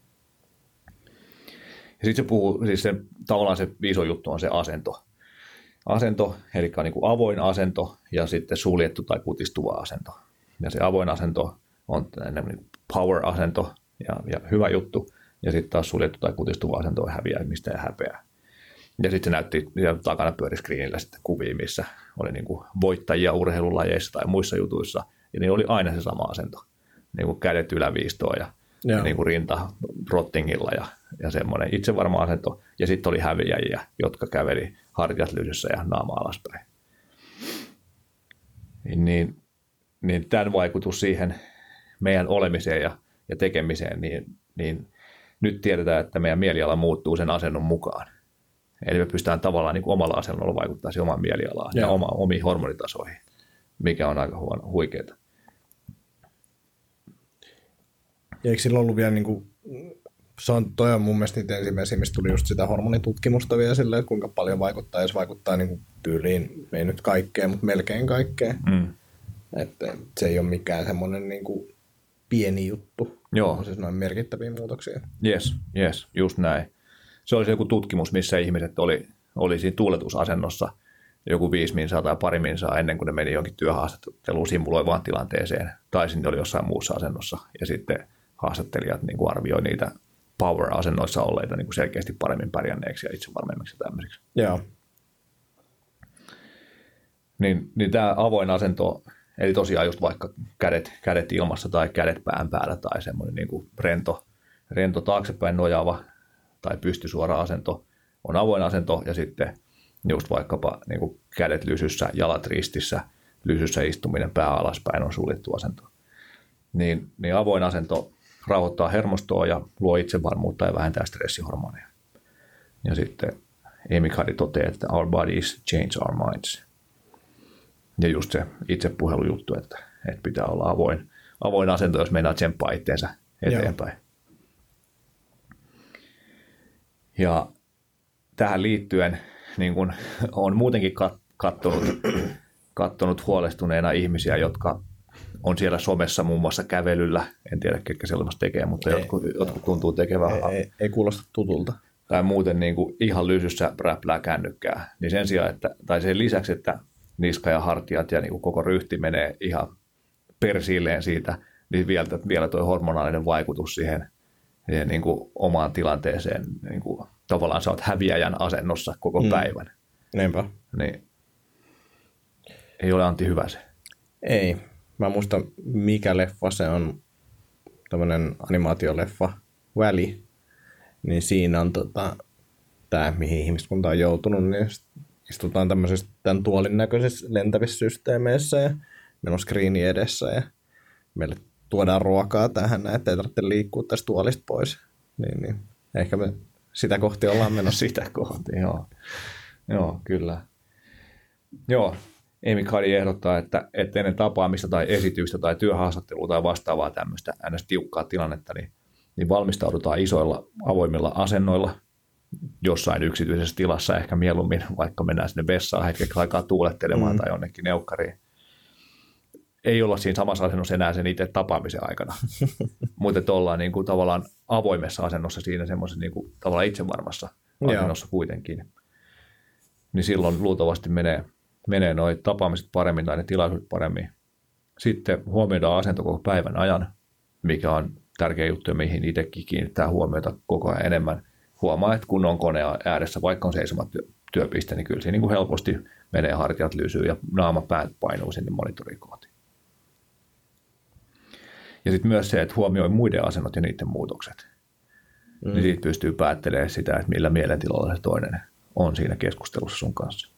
Ja sitten se puhuu, siis tavallaan se iso juttu on se asento. Asento, eli niin kuin avoin asento ja sitten suljettu tai kutistuva asento. Ja se avoin asento on power-asento ja hyvä juttu. Ja sitten taas suljettu tai kutistuva asento on häviämistä ja häpeää. Ja sitten se näytti takana pyöriskriinillä sitten kuvia, missä oli niin kuin voittajia urheilulajeissa tai muissa jutuissa. Ja niin oli aina se sama asento. Niin kuin kädet yläviistoon ja niin kuin rinta rottingilla ja semmoinen itsevarma asento. Ja sitten oli häviäjiä, jotka käveli hartiat lysyssä ja naama alaspäin. Niin tämän vaikutus siihen meidän olemiseen ja tekemiseen, niin nyt tiedetään, että meidän mieliala muuttuu sen asennon mukaan. Eli me pystytään tavallaan niin kuin omalla asennolla vaikuttaa siihen omaan mielialaan ja omiin hormonitasoihin, mikä on aika huikeaa. Ja eikö sillä ollut vielä, niin kuin, toi on mun mielestä niitä ensimmäisiä, mistä tuli just sitä hormonitutkimusta vielä silleen, että kuinka paljon vaikuttaa, jos vaikuttaa niin kuin tyyliin, ei nyt kaikkeen, mutta melkein kaikkeen. Että se ei ole mikään semmoinen niin kuin pieni juttu. Joo. On siis noin merkittäviä muutoksia. Yes, just näin. Se oli joku tutkimus, missä ihmiset oli siinä tuuletusasennossa joku 5 minsaa tai pari minsaa ennen kuin ne meni jonkin työhaastatteluun simuloivaan tilanteeseen. Tai sitten oli jossain muussa asennossa. Ja sitten haastattelijat niin kuin arvioi niitä power-asennoissa olleita niin kuin selkeästi paremmin pärjänneeksi ja itsevarmemmiksi ja tämmöisiksi. Joo. Niin tämä avoin asento, eli tosiaan just vaikka kädet ilmassa tai kädet pään päällä tai semmoinen niin kuin rento taaksepäin nojaava tai pystysuora asento on avoin asento ja sitten just vaikkapa niin kuin kädet lysyssä, jalat ristissä, lysyssä istuminen pää alaspäin on suljettu asento. Niin avoin asento rauhoittaa hermostoa ja luo itsevarmuutta ja vähentää stressihormoneja. Ja sitten Amy Cuddy toteaa, että our bodies change our minds. Ja just se itsepuhelujuttu, että pitää olla avoin asento, jos meinaa tsemppaa itteensä eteenpäin. Joo. Ja tähän liittyen niin kun on muutenkin katsonut huolestuneena ihmisiä, jotka on siellä somessa muun muassa kävelyllä. En tiedä, ketkä sellaista tekee, mutta jotkut tuntuu tekevän. Ei kuulosta tutulta. Tai muuten niin kuin ihan lysyssä räplää kännykkää. Niin sen sijaan, tai sen lisäksi, että niska ja hartiat ja niin kuin koko ryhti menee ihan persilleen siitä, niin vielä tuo hormonaalinen vaikutus siihen niin kuin omaan tilanteeseen. Niin kuin, tavallaan sä oot häviäjän asennossa koko päivän. Niinpä. Niin, ei ole Antti hyvä se. Ei. Mä muistan, mikä leffa se on, tämmöinen animaatioleffa, Valley. Niin siinä on tämä, mihin ihmiskunta on joutunut, niin istutaan tämmöisessä tämän tuolin näköisissä lentävissä systeemeissä ja meillä on screeni edessä ja meille tuodaan ruokaa tähän, että ei tarvitse liikkua tästä tuolista pois. Niin. Ehkä me sitä kohti ollaan menossa. Sitä kohti, joo. Joo, kyllä. Joo, Amy Cuddy ehdottaa, että ennen tapaamista tai esitystä tai työhaastattelua tai vastaavaa tämmöistä ns. Tiukkaa tilannetta, niin valmistaudutaan isoilla avoimilla asennoilla jossain yksityisessä tilassa, ehkä mieluummin, vaikka mennään sinne vessaan hetkeksi aikaa tuulettelemaan tai jonnekin neukkariin. Ei olla siinä samassa asennossa enää sen itse tapaamisen aikana, mutta ollaan niin kuin tavallaan avoimessa asennossa siinä semmoisessa niin kuin tavallaan itsevarmassa asennossa kuitenkin. Niin silloin luultavasti menee nuo tapaamiset paremmin tai ne tilaisuudet paremmin. Sitten huomioidaan asento koko päivän ajan, mikä on tärkeä juttu ja mihin itsekin kiinnittää huomiota koko ajan enemmän. Huomaa, että kun on koneen ääressä, vaikka on seisoma työpiste, niin kyllä siinä niin kuin helposti menee hartiat lysyy ja naama päät painuu sinne monitoriin kohti. Ja sitten myös se, että huomioi muiden asennot ja niiden muutokset. Niin siitä pystyy päättelemään sitä, että millä mielentilalla se toinen on siinä keskustelussa sun kanssa.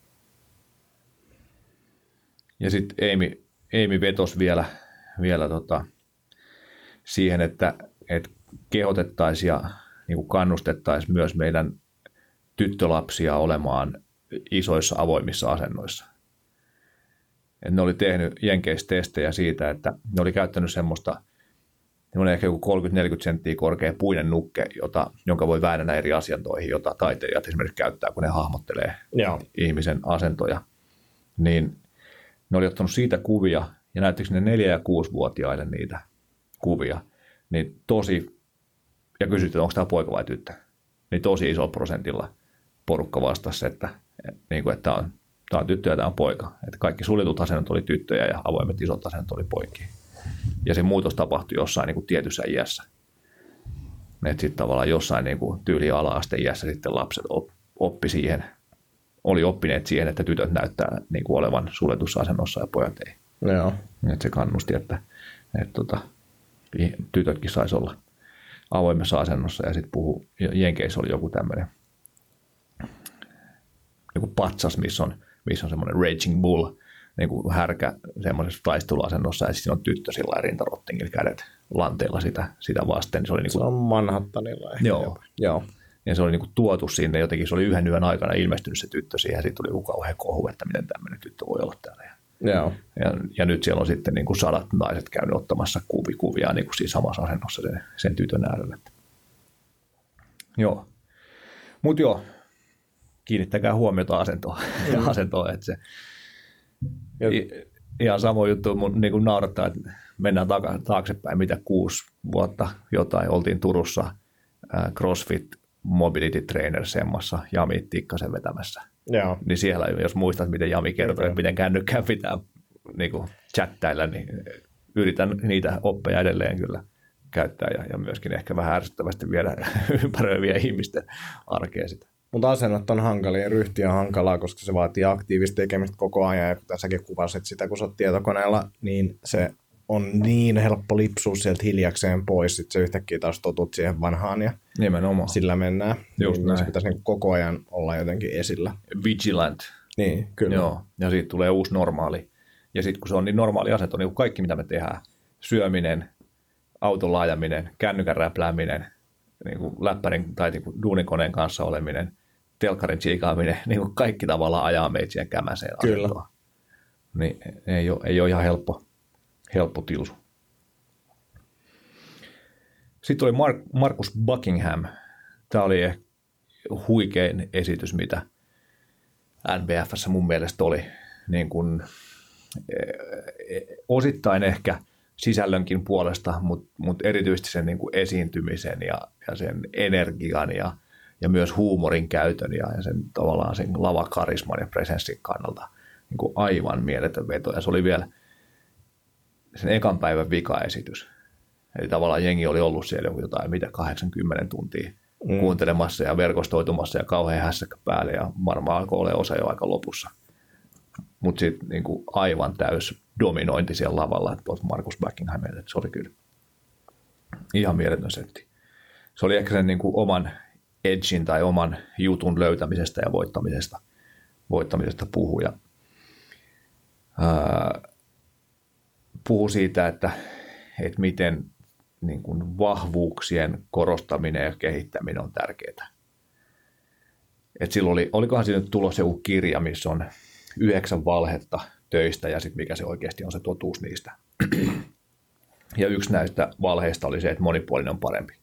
Ja sitten Amy vetosi vielä siihen, että kehotettaisiin niin kuin kannustettaisiin myös meidän tyttölapsia olemaan isoissa avoimissa asennoissa. Et ne oli tehnyt Jenkeissä testejä siitä, että ne oli käyttänyt semmoista ehkä joku 30-40 senttiä korkea puinen nukke, jonka voi väännellä eri asentoihin, jota taiteilijat esimerkiksi käyttää, kun ne hahmottelee ihmisen asentoja. Niin ne oli ottanut siitä kuvia ja näyttikö ne 4- ja 6-vuotiaille niitä kuvia. Niin ja kysyttiin, että onko tämä poika vai tyttö. Niin tosi iso prosentilla porukka vastasi, että tämä on tyttö ja tämä on poika. Että kaikki suljetut asennot oli tyttöjä ja avoimet isot asennot oli poikia. Ja se muutos tapahtui jossain niin kuin tietyssä iässä. Että sitten tavallaan jossain niin kuin tyyli ala-asteen iässä sitten lapset oli oppineet siihen, että tytöt näyttää niin kuin olevan suljetussa asennossa ja pojat ei. Joo. Että se kannusti, että tytötkin saisi olla avoimessa asennossa. Ja sitten Jenkeissä oli joku tämmöinen joku patsas, missä on semmoinen raging bull, niin kuin härkä semmoisessa taisteluasennossa, ja sitten on tyttö sillä rintarottingilla kädet lanteilla sitä vasten. Se on Manhattanilla ehkä. Joo. Ja se oli niin kuin tuotu sinne jotenkin, se oli yhden yön aikana ilmestynyt se tyttö siihen, ja sitten tuli joku kauhean kohu, että miten tämmöinen tyttö voi olla täällä. Ja nyt siellä on sitten niin kuin 100 naiset käynyt ottamassa kuvia niin kuin siinä samassa asennossa sen tytön äärellä. Joo. Mutta joo, kiinnittäkää huomiota asentoon, että se ihan sama juttu, mun niin kuin naurattaa, että mennään taaksepäin, mitä 6 vuotta jotain, oltiin Turussa CrossFit Mobility Trainer semmassa, Jami Tikkasen vetämässä. Joo. Niin siellä, jos muistat, miten Jami kertoi, että miten kännykkään pitää niin kuin chattailla, niin yritän niitä oppeja edelleen kyllä käyttää ja myöskin ehkä vähän ärsyttävästi viedä ympäröiviä ihmisten arkea sitä. Mutta asennot on hankalia, ryhti on hankalaa, koska se vaatii aktiivista tekemistä koko ajan. Ja kuten säkin kuvasit sitä, kun sä oot tietokoneella, niin se on niin helppo lipsua sieltä hiljakseen pois. Sitten se yhtäkkiä taas totut siihen vanhaan ja nimenomaan. Sillä mennään. Just niin näin. se pitäisi niin koko ajan olla jotenkin esillä. Vigilant. Niin, kyllä. Joo, ja siitä tulee uusi normaali. Ja sitten kun se on niin normaali asento, niin kaikki mitä me tehdään, syöminen, auton laajaminen, kännykän räplääminen, niin kuin läppärin tai niin kuin duunikoneen kanssa oleminen, telkkarin tsiikaaminen, niin kuin kaikki tavallaan ajaa meitä siihen kämäseen asentoon. Niin ei ole ihan helppo tilsu. Sitten oli Marcus Buckingham. Tämä oli huikein esitys, mitä NBF:ssä mun mielestä oli. Niin kuin, osittain ehkä sisällönkin puolesta, mutta erityisesti sen niin kuin esiintymisen ja sen energian ja myös huumorin käytön ja sen tavallaan sen lavakarisman ja presenssin kannalta niin kuin aivan mieletön veto. Ja se oli vielä sen ekan päivän vikaesitys. Eli tavallaan jengi oli ollut siellä jotain 80 tuntia kuuntelemassa ja verkostoitumassa ja kauhean hässäkkä päälle ja varmaan alkoi olla osa jo aika lopussa. Mutta sitten niinku aivan täys dominointi siellä lavalla, että Marcus Buckingham, että se oli kyllä ihan mieletön setti. Se oli ehkä sen niinku oman edgin tai oman jutun löytämisestä ja voittamisesta puhuja. Puhu siitä, että miten niin kuin vahvuuksien korostaminen ja kehittäminen on tärkeää. Et silloin olikohan siinä nyt tulossa joku kirja, missä on 9 valhetta töistä ja sitten mikä se oikeasti on se totuus niistä. Ja yksi näistä valheista oli se, että monipuolinen on parempi.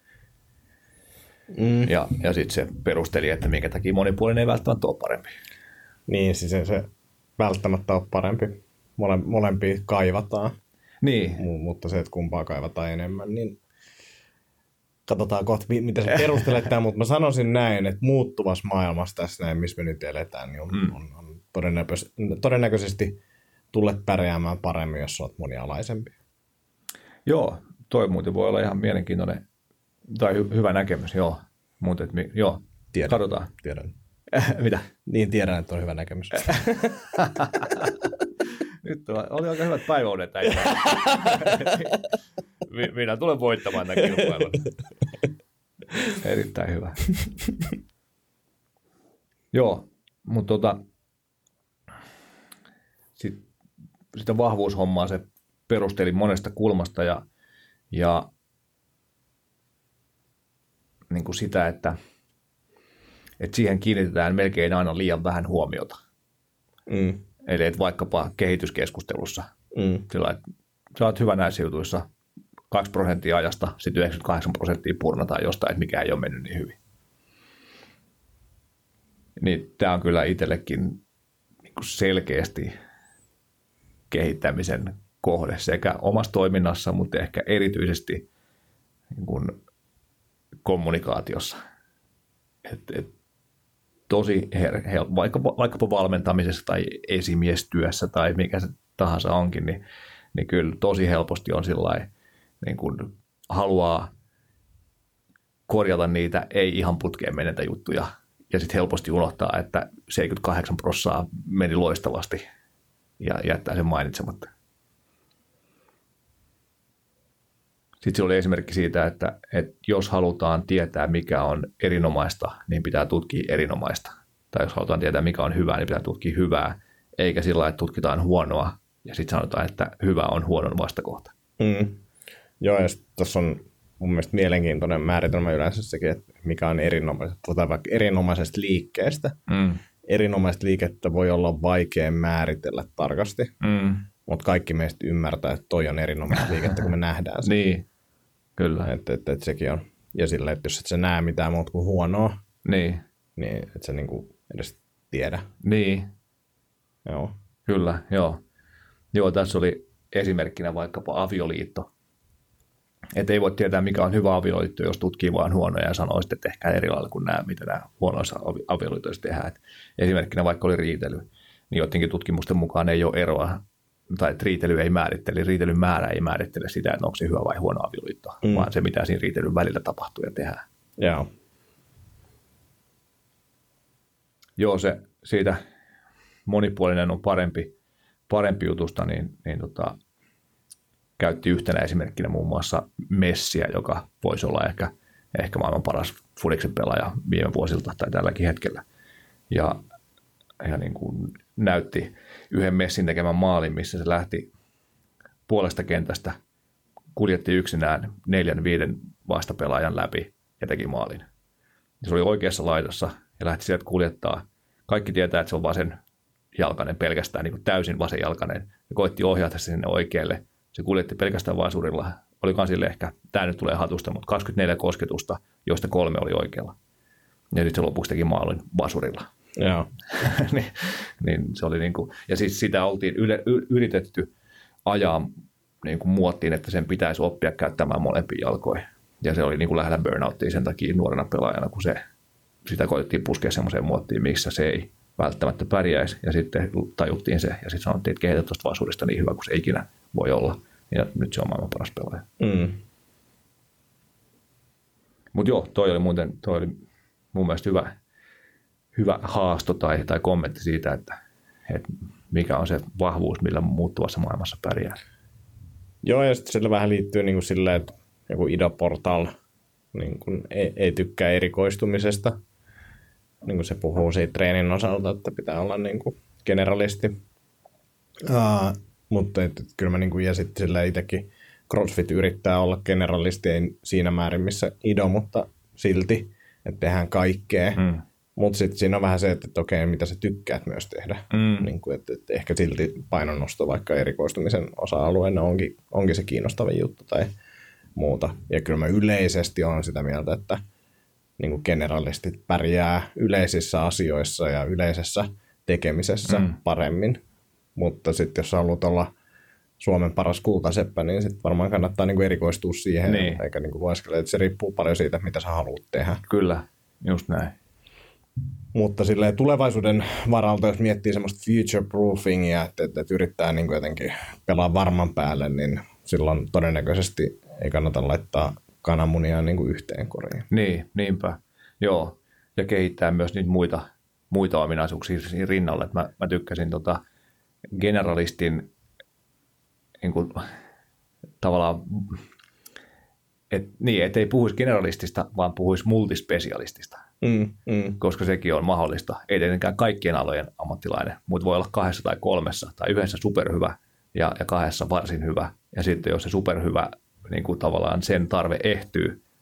Ja sitten se perusteli, että minkä takia monipuolinen ei välttämättä ole parempi. Niin, siis se välttämättä ole parempi. Molempia kaivataan. Niin. Mutta se, että kumpaa kaivataan enemmän, niin katsotaan kohta, miten se perustelet tämän, mutta mä sanoisin näin, että muuttuvassa maailmassa tässä näin, missä me nyt eletään, niin on todennäköisesti tulet pärjäämään paremmin, jos olet monialaisempi. Joo, toi muuten voi olla ihan mielenkiintoinen tai hyvä näkemys, joo. Mutta joo, katsotaan. Tiedän. Mitä? Niin, tiedän, että on hyvä näkemys. Nyt oli aika hyvät päiväunet. Minä tulen voittamaan tämän kilpailun. Erittäin hyvä. Joo, mutta sitä vahvuushommaa se perusteli monesta kulmasta ja niin kuin sitä, että siihen kiinnitetään melkein aina liian vähän huomiota. Eli että vaikkapa kehityskeskustelussa, sillä että sä oot hyvä näissä jutuissa 2% ajasta, sitten 98% purnataan jostain, että mikä ei ole mennyt niin hyvin. Niin tämä on kyllä itsellekin niin kuin selkeästi kehittämisen kohde sekä omassa toiminnassa, mutta ehkä erityisesti niin kuin kommunikaatiossa. Tosi vaikkapa valmentamisessa tai esimiestyössä tai mikä se tahansa onkin, niin kyllä tosi helposti on sillain, niin kuin haluaa korjata niitä ei ihan putkeen menetä juttuja ja sitten helposti unohtaa, että 78% meni loistavasti ja jättää sen mainitsematta. Sitten se oli esimerkki siitä, että jos halutaan tietää, mikä on erinomaista, niin pitää tutkia erinomaista. Tai jos halutaan tietää, mikä on hyvää, niin pitää tutkia hyvää, eikä sillä lailla, että tutkitaan huonoa ja sitten sanotaan, että hyvä on huonon vastakohta. Joo, ja tuossa on mun mielestä mielenkiintoinen määritelmä yleensä sekin, että mikä on erinomaisesta liikkeestä. Erinomaista liikettä voi olla vaikea määritellä tarkasti. Mutta kaikki meistä ymmärtää, että toi on erinomaista liikettä, kun me nähdään se. Niin, kyllä. Että sekin on. Ja sillä, että jos et sä näe mitään muuta kuin huonoa, niin et sä niinku edes tiedä. Niin. Joo. Kyllä, joo. Joo, tässä oli esimerkkinä vaikkapa avioliitto. Että ei voi tietää, mikä on hyvä avioliitto, jos tutkii vaan huonoja ja sanoo sitten, että ehkä eri lailla kuin nämä, mitä nämä huonoissa avioliitoissa tehdään. Et esimerkkinä vaikka oli riitely, niin jotenkin tutkimusten mukaan ei ole eroa, tai että riitely ei määrittele, riitelyn määrä ei määrittele sitä, että onko se hyvä vai huono avioliitto, vaan se, mitä siinä riitelyn välillä tapahtuu ja tehdään. Joo. Joo, se siitä monipuolinen on parempi jutusta, niin käytti yhtenä esimerkkinä muun muassa Messiä, joka voisi olla ehkä maailman paras fudiksen pelaaja viime vuosilta tai tälläkin hetkellä. Ja niin kuin näytti yhden Messin tekemän maalin, missä se lähti puolesta kentästä, kuljetti yksinään 4-5 vastapelaajan läpi ja teki maalin. Se oli oikeassa laidassa ja lähti sieltä kuljettaa. Kaikki tietää, että se on vasenjalkainen pelkästään, niin kuin täysin vasenjalkainen. Ja koitti ohjata se sinne oikealle. Se kuljetti pelkästään vasurilla. Olikaan sille ehkä, tämä nyt tulee hatusta, mutta 24 kosketusta, joista 3 oli oikealla. Ja sitten se lopuksi teki maalin vasurilla. Joo. niin se oli niin kuin, ja siis sitä oltiin yritetty ajaa niin kuin muottiin, että sen pitäisi oppia käyttämään molempia jalkoja. Ja se oli niin kuin lähellä burnouttia sen takia nuorena pelaajana, kun sitä koitettiin puskea semmoiseen muottiin, missä se ei välttämättä pärjäisi. Ja sitten tajuttiin se, ja sitten sanottiin, että kehitä tuosta vasurista niin hyvä kuin se ikinä voi olla. Ja nyt se on maailman paras pelaaja. Mutta joo, toi oli mun mielestä hyvä haasto tai kommentti siitä, että mikä on se vahvuus, millä muuttuvassa maailmassa pärjää. Joo, ja sitten sillä vähän liittyy niin kuin silleen, että joku Ida Portal niin kuin ei tykkää erikoistumisesta. Niin kuin se puhuu siitä treenin osalta, että pitää olla niin kuin generalisti. Mutta kyllä mä niin kuin, ja sitten sillä itsekin CrossFit yrittää olla generalisti, ei siinä määrin missä Ido, mutta silti, että tehdään kaikkea. Mutta sitten siinä on vähän se, että okei, mitä sä tykkäät myös tehdä. Niin kuin, että ehkä silti painonnosto vaikka erikoistumisen osa-alueena onkin se kiinnostavin juttu tai muuta. Ja kyllä mä yleisesti olen sitä mieltä, että niin kuin generalistit pärjää yleisissä asioissa ja yleisessä tekemisessä paremmin. Mutta sitten jos haluat olla Suomen paras kultaseppä, niin sitten varmaan kannattaa niin kuin erikoistua siihen. Niin. Eikä niin kuin lueskele, että se riippuu paljon siitä, mitä sä haluat tehdä. Kyllä, just näin. Mutta silleen tulevaisuuden varalta, jos miettii semmoista future proofingia, että yrittää niin kuin jotenkin pelaa varman päälle, niin silloin todennäköisesti ei kannata laittaa kananmunia niin kuin yhteen koriin. Niin, niinpä. Joo, ja kehittää myös niitä muita ominaisuuksia siinä rinnalle. Mä tykkäsin generalistin niin kuin, tavallaan, että ei puhuisi generalistista, vaan puhuisi multispesialistista. Koska sekin on mahdollista. Ei tietenkään kaikkien alojen ammattilainen, mutta voi olla 2 tai 3 tai yhdessä superhyvä ja 2 varsin hyvä. Ja sitten jos se superhyvä niin kuin tavallaan sen tarve ehtyy,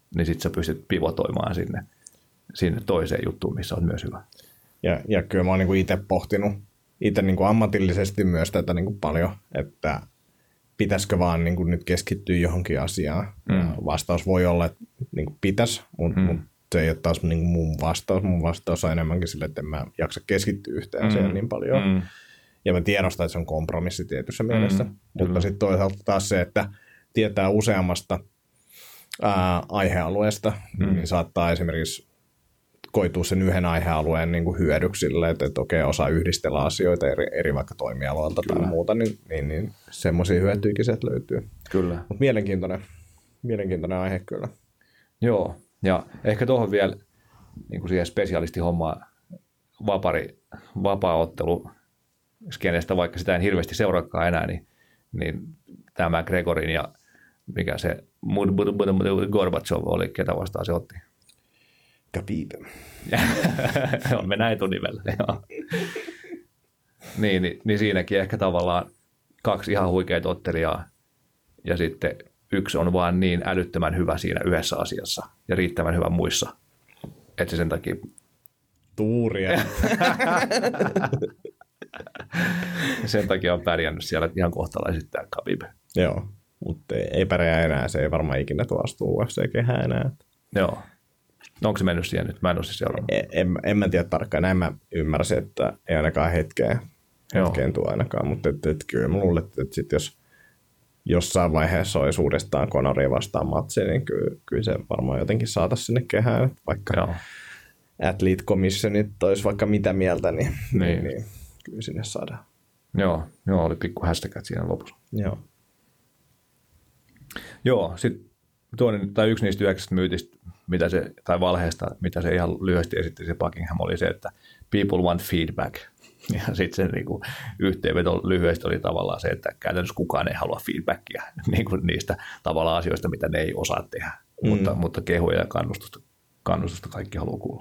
niin sitten sä pystyt pivotoimaan sinne toiseen juttuun, missä on myös hyvä. Ja kyllä mä oon niin itse pohtinut niin ammatillisesti myös tätä niin paljon, että pitäisikö vaan niin nyt keskittyä johonkin asiaan. Vastaus voi olla, että niin pitäisi, mutta se ei ole taas niin mun vastaus. Mun vastaus on enemmänkin sille, että en mä jaksa keskittyä yhteen asiaan niin paljon. Ja mä tiedostan, että se on kompromissi tietyssä mielessä. Mutta sitten toisaalta taas se, että tietää useammasta aihealueesta, niin saattaa esimerkiksi koituu sen yhden aihealueen niin kuin hyödyksi sille, että okei, osaa yhdistellä asioita eri vaikka toimialoilta tai muuta, niin semmoisia hyötyikin sieltä löytyy. Kyllä. Mutta mielenkiintoinen aihe kyllä. Joo, ja ehkä tuohon vielä niin kuin siihen spesialistihommaan vapaa-ottelu skenestä, vaikka sitä en hirveästi seuraakaan enää, niin tämä Gregorin ja mikä se Gorbachev oli, ketä vastaan se otti. Khabib. Mennään etunimellä. niin siinäkin ehkä tavallaan 2 ihan huikeita ottelijaa ja sitten yksi on vaan niin älyttömän hyvä siinä yhdessä asiassa ja riittävän hyvä muissa, että se sen takia... Tuuria. sen takia on pärjännyt siellä ihan kohtalaisesti tämä Khabib. Joo, mutta ei pärjää enää. Se ei varmaan ikinä tuo astuu UFC-kehään enää. Joo. Onko se mennyt siihen nyt? Mä en ole siis seurannut. En mä tiedä tarkkaan. Näin mä ymmärsin, että ei ainakaan hetkeen tuo ainakaan. Mutta kyllä mä luulen, että sit jos jossain vaiheessa olisi uudestaan Conoria vastaan matsi, niin kyllä se varmaan jotenkin saataisiin sinne kehään. Vaikka Athlete Commissionit olisi vaikka mitä mieltä, niin kyllä sinne saadaan. Joo, oli pikku hashtagät siinä lopussa. Joo, sitten toinen tai yksi niistä 9 myytistä, tai valheesta, mitä se ihan lyhyesti esitti se Buckingham, oli se, että people want feedback. Ja sitten se niinku yhteenveto lyhyesti oli tavallaan se, että käytännössä kukaan ei halua feedbackia niinku niistä tavallaan asioista, mitä ne ei osaa tehdä. Mutta kehuja ja kannustusta kaikki haluaa kuulla.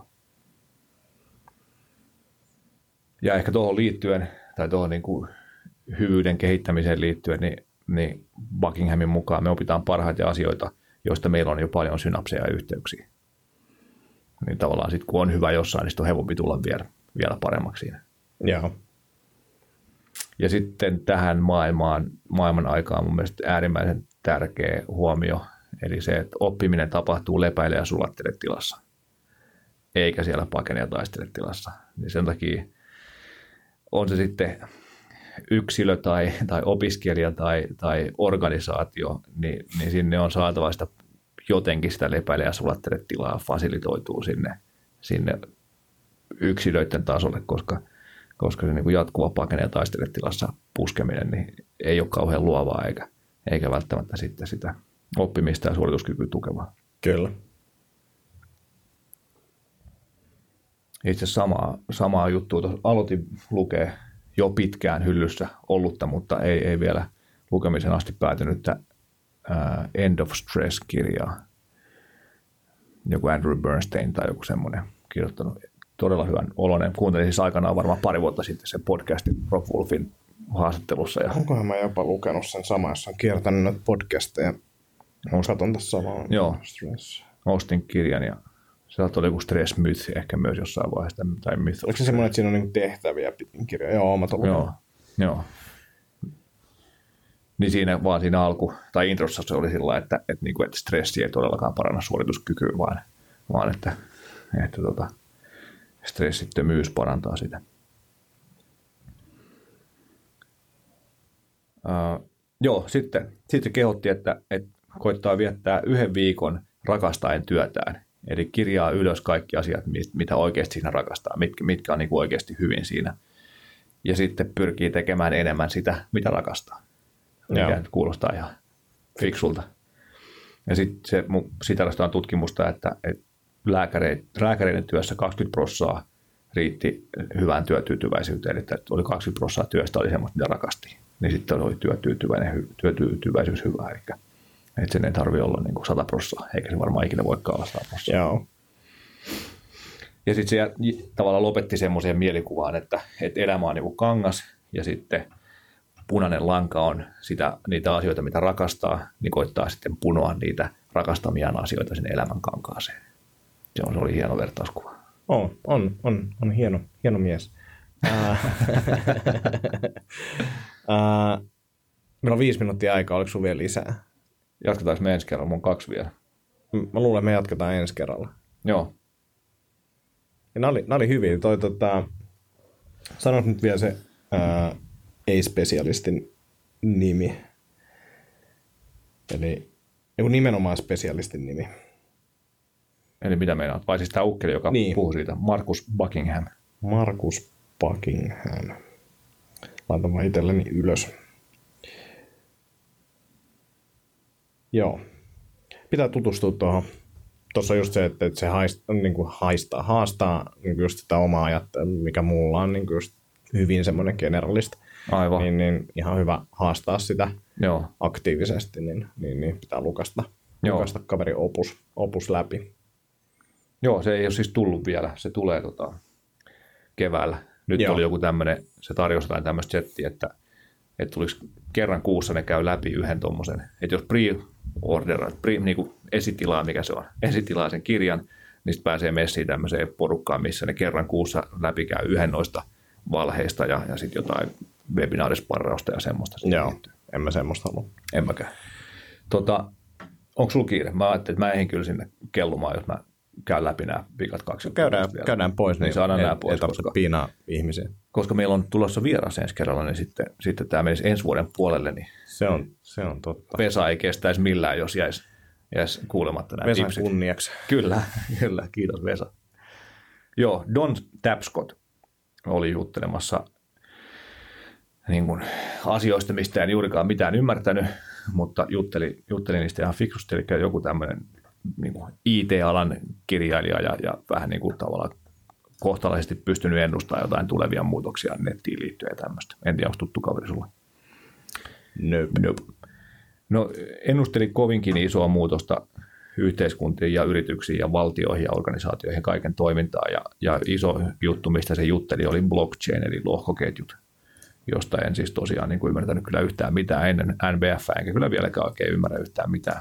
Ja ehkä tuohon liittyen, tai tuohon niinku hyvyyden kehittämiseen liittyen, niin Buckinghamin mukaan me opitaan parhaita asioita, joista meillä on jo paljon synapseja ja yhteyksiä. Niin tavallaan sitten kun on hyvä jossain, niin sitten on helpompi tulla vielä paremmaksi siinä. Joo. Ja sitten tähän maailman aikaan mun mielestä äärimmäisen tärkeä huomio, eli se, että oppiminen tapahtuu lepäile ja sulattele tilassa, eikä siellä pakene ja taistele tilassa. Niin sen takia on se sitten yksilö tai opiskelija tai organisaatio, niin sinne on saatava sitä jotenkin sitä lepäile ja sulattele tilaa fasilitoituu sinne yksilöiden tasolle, koska se niin kuin jatkuva pakene ja taistele tilassa puskeminen niin ei ole kauhean luovaa eikä välttämättä sitten sitä oppimista ja suorituskykyä tukevaa. Kyllä. Itse samaa juttua tuossa aloitin lukea jo pitkään hyllyssä ollutta, mutta ei vielä lukemisen asti päätynyttä End of Stress-kirjaa. Joku Andrew Bernstein tai joku semmoinen kirjoittanut. Todella hyvän oloinen. Kuuntelin siis aikanaan varmaan pari vuotta sitten sen podcastin Rob Wolfin haastattelussa. Onkohan mä jopa lukenut sen samaa, jos on kiertänyt näitä podcasteja. Katon tässä samaa. Joo, ostin kirjan ja se oli joku Stress Myth ehkä myös jossain vaiheessa. Tai Myth. Oliko se semmoinen, että siinä on niinku tehtäviä kirja? Joo, mä tulen. Joo. Niin siinä alku, tai introssa se oli sillä, että stressi ei todellakaan paranna suorituskykyä, vaan että stressittömyys parantaa sitä. Sitten se kehotti, että koittaa viettää 1 viikon rakastaen työtään. Eli kirjaa ylös kaikki asiat, mitä oikeasti siinä rakastaa, mitkä on niin kuin oikeasti hyvin siinä. Ja sitten pyrkii tekemään enemmän sitä, mitä rakastaa. Mikä kuulostaa ihan fiksulta. Ja sitten se siterasta on tutkimusta, että lääkäreiden työssä 20% riitti hyvään työtyytyväisyyteen, että oli 20% työstä oli semmoista, mitä rakasti. Niin sitten oli työtyytyväisyys hyvä, että sen ei tarvitse olla niin kuin 100%, eikä se varmaan ikinä voikaan olla 100%. Joo. Ja sitten se tavallaan lopetti semmoiseen mielikuvaan, että elämä on niin kuin kangas ja sitten punainen lanka on niitä asioita, mitä rakastaa, niin koittaa sitten punoa niitä rakastamiaan asioita sinne elämän kankaaseen. Se oli hieno vertauskuva. On hieno mies. Meillä on 5 minuuttia aikaa, oliko sun vielä lisää? Jatketaanko me ensi kerralla? Mun 2 vielä. Mä luulen, että me jatketaan ensi kerralla. Joo. Ja nämä oli hyviä. Sanois nyt vielä se ei-spesialistin nimi. Eli nimenomaan spesialistin nimi. Eli mitä meinaat? Vai siis tämä ukkeli, joka puhuu siitä. Marcus Buckingham. Marcus Buckingham. Laitan vaan itselleni ylös. Joo. Pitää tutustua tuohon. Tuossa on just se, että se haastaa niin just sitä omaa ajattelua, mikä mulla on niin just hyvin semmoinen generalista. Aivan. Niin ihan hyvä haastaa sitä aktiivisesti, niin pitää lukasta kaverin opus läpi. Joo, se ei ole siis tullut vielä. Se tulee keväällä. Nyt oli joku tämmöinen, se tarjosi jotain tämmöistä settiä, että tulisi kerran kuussa ne käy läpi yhden tommosen. Että jos pre-orderat, niin esitilaa, mikä se on, esitilaa sen kirjan, niin sitten pääsee messiin tämmöiseen porukkaan, missä ne kerran kuussa läpi käy yhden noista valheista ja sitten jotain webinaarisparrausta ja semmoista. Joo, en mä semmoista halua. En mäkään. Onko sulla kiire? Mä ajattelin, että mä ehdin kyllä sinne kellumaan, jos mä käyn läpi nämä vikat 2. Käydään pois, niin saadaan nämä pois. Koska piinaa ihmisiä. Koska meillä on tulossa vieras ensi kerralla, niin sitten tämä menisi ensi vuoden puolelle. Niin se on totta. Vesa ei kestäisi millään, jos jäisi kuulematta nämä Vesan tipsit. kunniaksi. Kyllä. Kiitos Vesa. Joo, Don Tapscott oli juttelemassa niin kuin asioista, mistä en juurikaan mitään ymmärtänyt, mutta jutteli niistä ihan fiksusti, eli joku tämmöinen niin kuin IT-alan kirjailija ja vähän niin kuin tavallaan kohtalaisesti pystynyt ennustamaan jotain tulevia muutoksia nettiin liittyen ja tämmöistä. En tiedä, onko tuttu kaveri sulle? Nope. No ennusteli kovinkin isoa muutosta yhteiskuntiin ja yrityksiin ja valtioihin ja organisaatioihin kaiken toimintaan. Ja iso juttu, mistä se jutteli, oli blockchain eli lohkoketjut, josta en siis tosiaan niin kuin ymmärtänyt kyllä yhtään mitään ennen NBF, enkä kyllä vieläkään oikein ymmärrä yhtään mitään.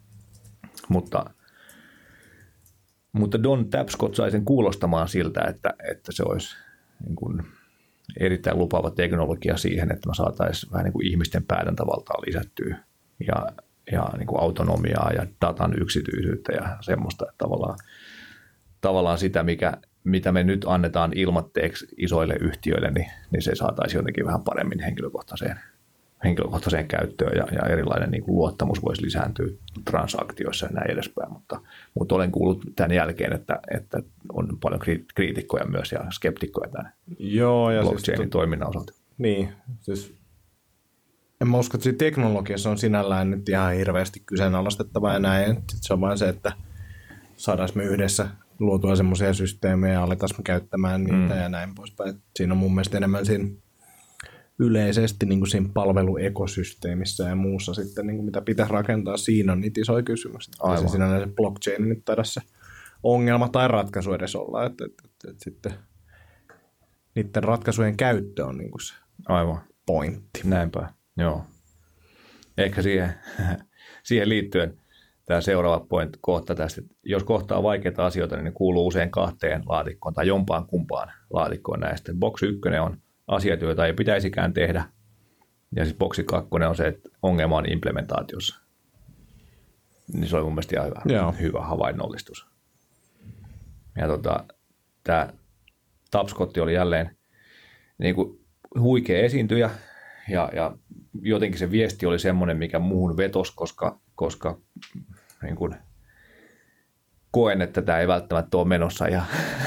Mutta Don Tapscott sai sen kuulostamaan siltä, että se olisi niin kuin erittäin lupaava teknologia siihen, että me saataisiin vähän niin kuin ihmisten päätäntävaltaa lisättyä ja niin kuin autonomiaa ja datan yksityisyyttä ja semmoista, että tavallaan sitä, mitä me nyt annetaan ilmatteeksi isoille yhtiöille, niin se saataisiin jotenkin vähän paremmin henkilökohtaiseen käyttöön ja erilainen niin kuin luottamus voisi lisääntyä transaktioissa ja näin edespäin, mutta olen kuullut tämän jälkeen, että on paljon kriitikkoja myös ja skeptikkoja tämän blockchainin toiminnan osalta. Niin, siis en mä usko, että siinä teknologiassa on sinällään nyt ihan hirveästi kyseenalaistettavaa ja näin. Se on vain se, että saadaan me yhdessä luotua semmoisia systeemejä ja aletaan me käyttämään niitä ja näin poispäin. Siinä on mun mielestä enemmän siinä yleisesti niin kuin siinä palveluekosysteemissä ja muussa sitten, niin kuin mitä pitäisi rakentaa, siinä on niitä isoja kysymyksiä. Aivan. Siinä se blockchain nyt taida se ongelma tai ratkaisu edes olla, että sitten niiden ratkaisujen käyttö on niin kuin se pointti. Näinpä, joo. Ehkä siihen liittyen tämä seuraava kohta tästä, jos kohtaa vaikeita asioita, niin ne kuuluu usein 2 laatikkoon tai jompaan kumpaan laatikkoon näistä. Boksi 1 on asiat, joita ei pitäisikään tehdä. Ja siis boksi 2 on se, että ongelma on implementaatiossa. Niin se oli mun mielestä ihan hyvä havainnollistus. Ja tämä Tapscott oli jälleen niin kuin huikea esiintyjä. Ja jotenkin se viesti oli semmoinen, mikä muuhun vetosi, koska niin kuin koen, että tämä ei välttämättä ole menossa. Ja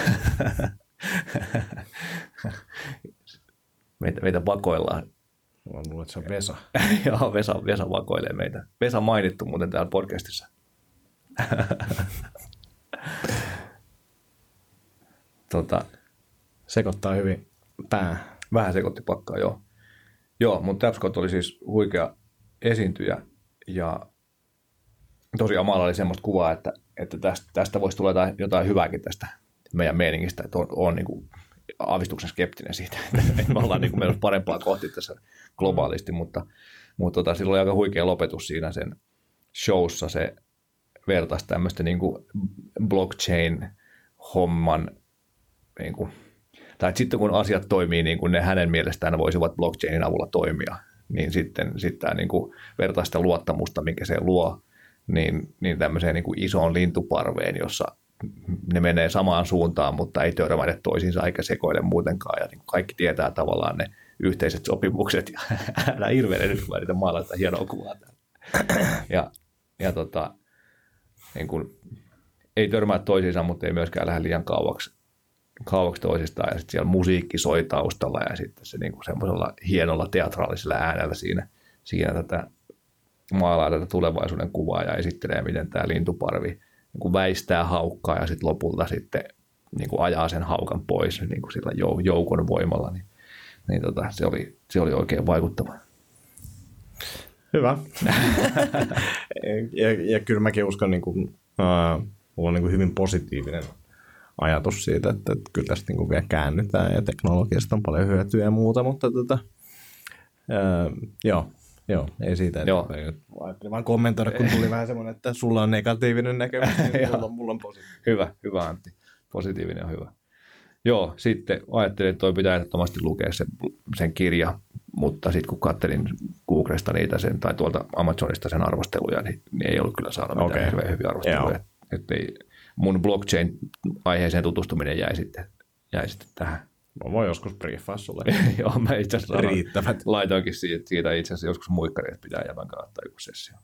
meitä vakoillaan. Mä luulen, että se on Vesa. Joo, Vesa vakoilee meitä. Vesa mainittu muuten täällä podcastissa. Sekoittaa hyvin pää. Vähän sekoitti pakkaa, joo. Joo, mutta Tapscott oli siis huikea esiintyjä ja tosiaan maalla oli semmoista kuvaa, että tästä voisi tulla jotain hyvääkin tästä meidän meiningistä, että on niin kuin aavistuksen skeptinen siitä, että me ollaan niin kuin menossa parempaa kohti tässä globaalisti, mutta sillä oli aika huikea lopetus siinä sen showssa se vertaisi tämmöistä niin kuin blockchain-homman, niin kuin, tai että sitten kun asiat toimii niin kuin ne hänen mielestään voisivat blockchainin avulla toimia, niin sitten tämä niin kuin vertaisi sitä luottamusta, minkä se luo, niin tämmöiseen niin kuin isoon lintuparveen, jossa ne menee samaan suuntaan, mutta ei törmäile toisiinsa eikä sekoile muutenkaan. Ja niin kaikki tietää tavallaan ne yhteiset sopimukset. Ja älä hirveän nyt, kun niitä maalataan hienoa kuvaa täällä. Niin kuin, ei törmää toisiinsa, mutta ei myöskään lähde liian kauaksi toisistaan. Ja sitten siellä musiikki soi taustalla ja sitten se niin kuin semmoisella hienolla teatraalisella äänellä siinä tätä maalaa tätä tulevaisuuden kuvaa ja esittelee, miten tämä lintuparvi niin kuin väistää haukkaa ja sitten lopulta sitten niin kuin ajaa sen haukan pois niin kuin sillä joukon voimalla. Se oli oikein vaikuttava. Hyvä. ja kyllä mäkin uskon, niin kuin, mulla on niin kuin hyvin positiivinen ajatus siitä, että kyllä tästä niin kuin vielä käännytään ja teknologiasta on paljon hyötyä ja muuta, mutta Joo, ei siitä. Ajattelin vaan kommentoida, kun tuli vähän semmoinen, että sulla on negatiivinen näkemys, niin mulla on positiivinen. Hyvä Antti. Positiivinen on hyvä. Joo, sitten ajattelin, että toi pitää ehdottomasti lukea sen kirja, mutta sitten kun katselin Googlesta niitä tai tuolta Amazonista sen arvosteluja, niin ei ollut kyllä saanut mitään hirveän hyviä arvosteluja. Että mun blockchain-aiheeseen tutustuminen jäi sitten tähän. Mä voin joskus briefaa sulle. Joo, mä itse asiassa riittävät. Laitoinkin siitä itse asiassa joskus muikkari, että pitää jävän kannattaa joku sessio.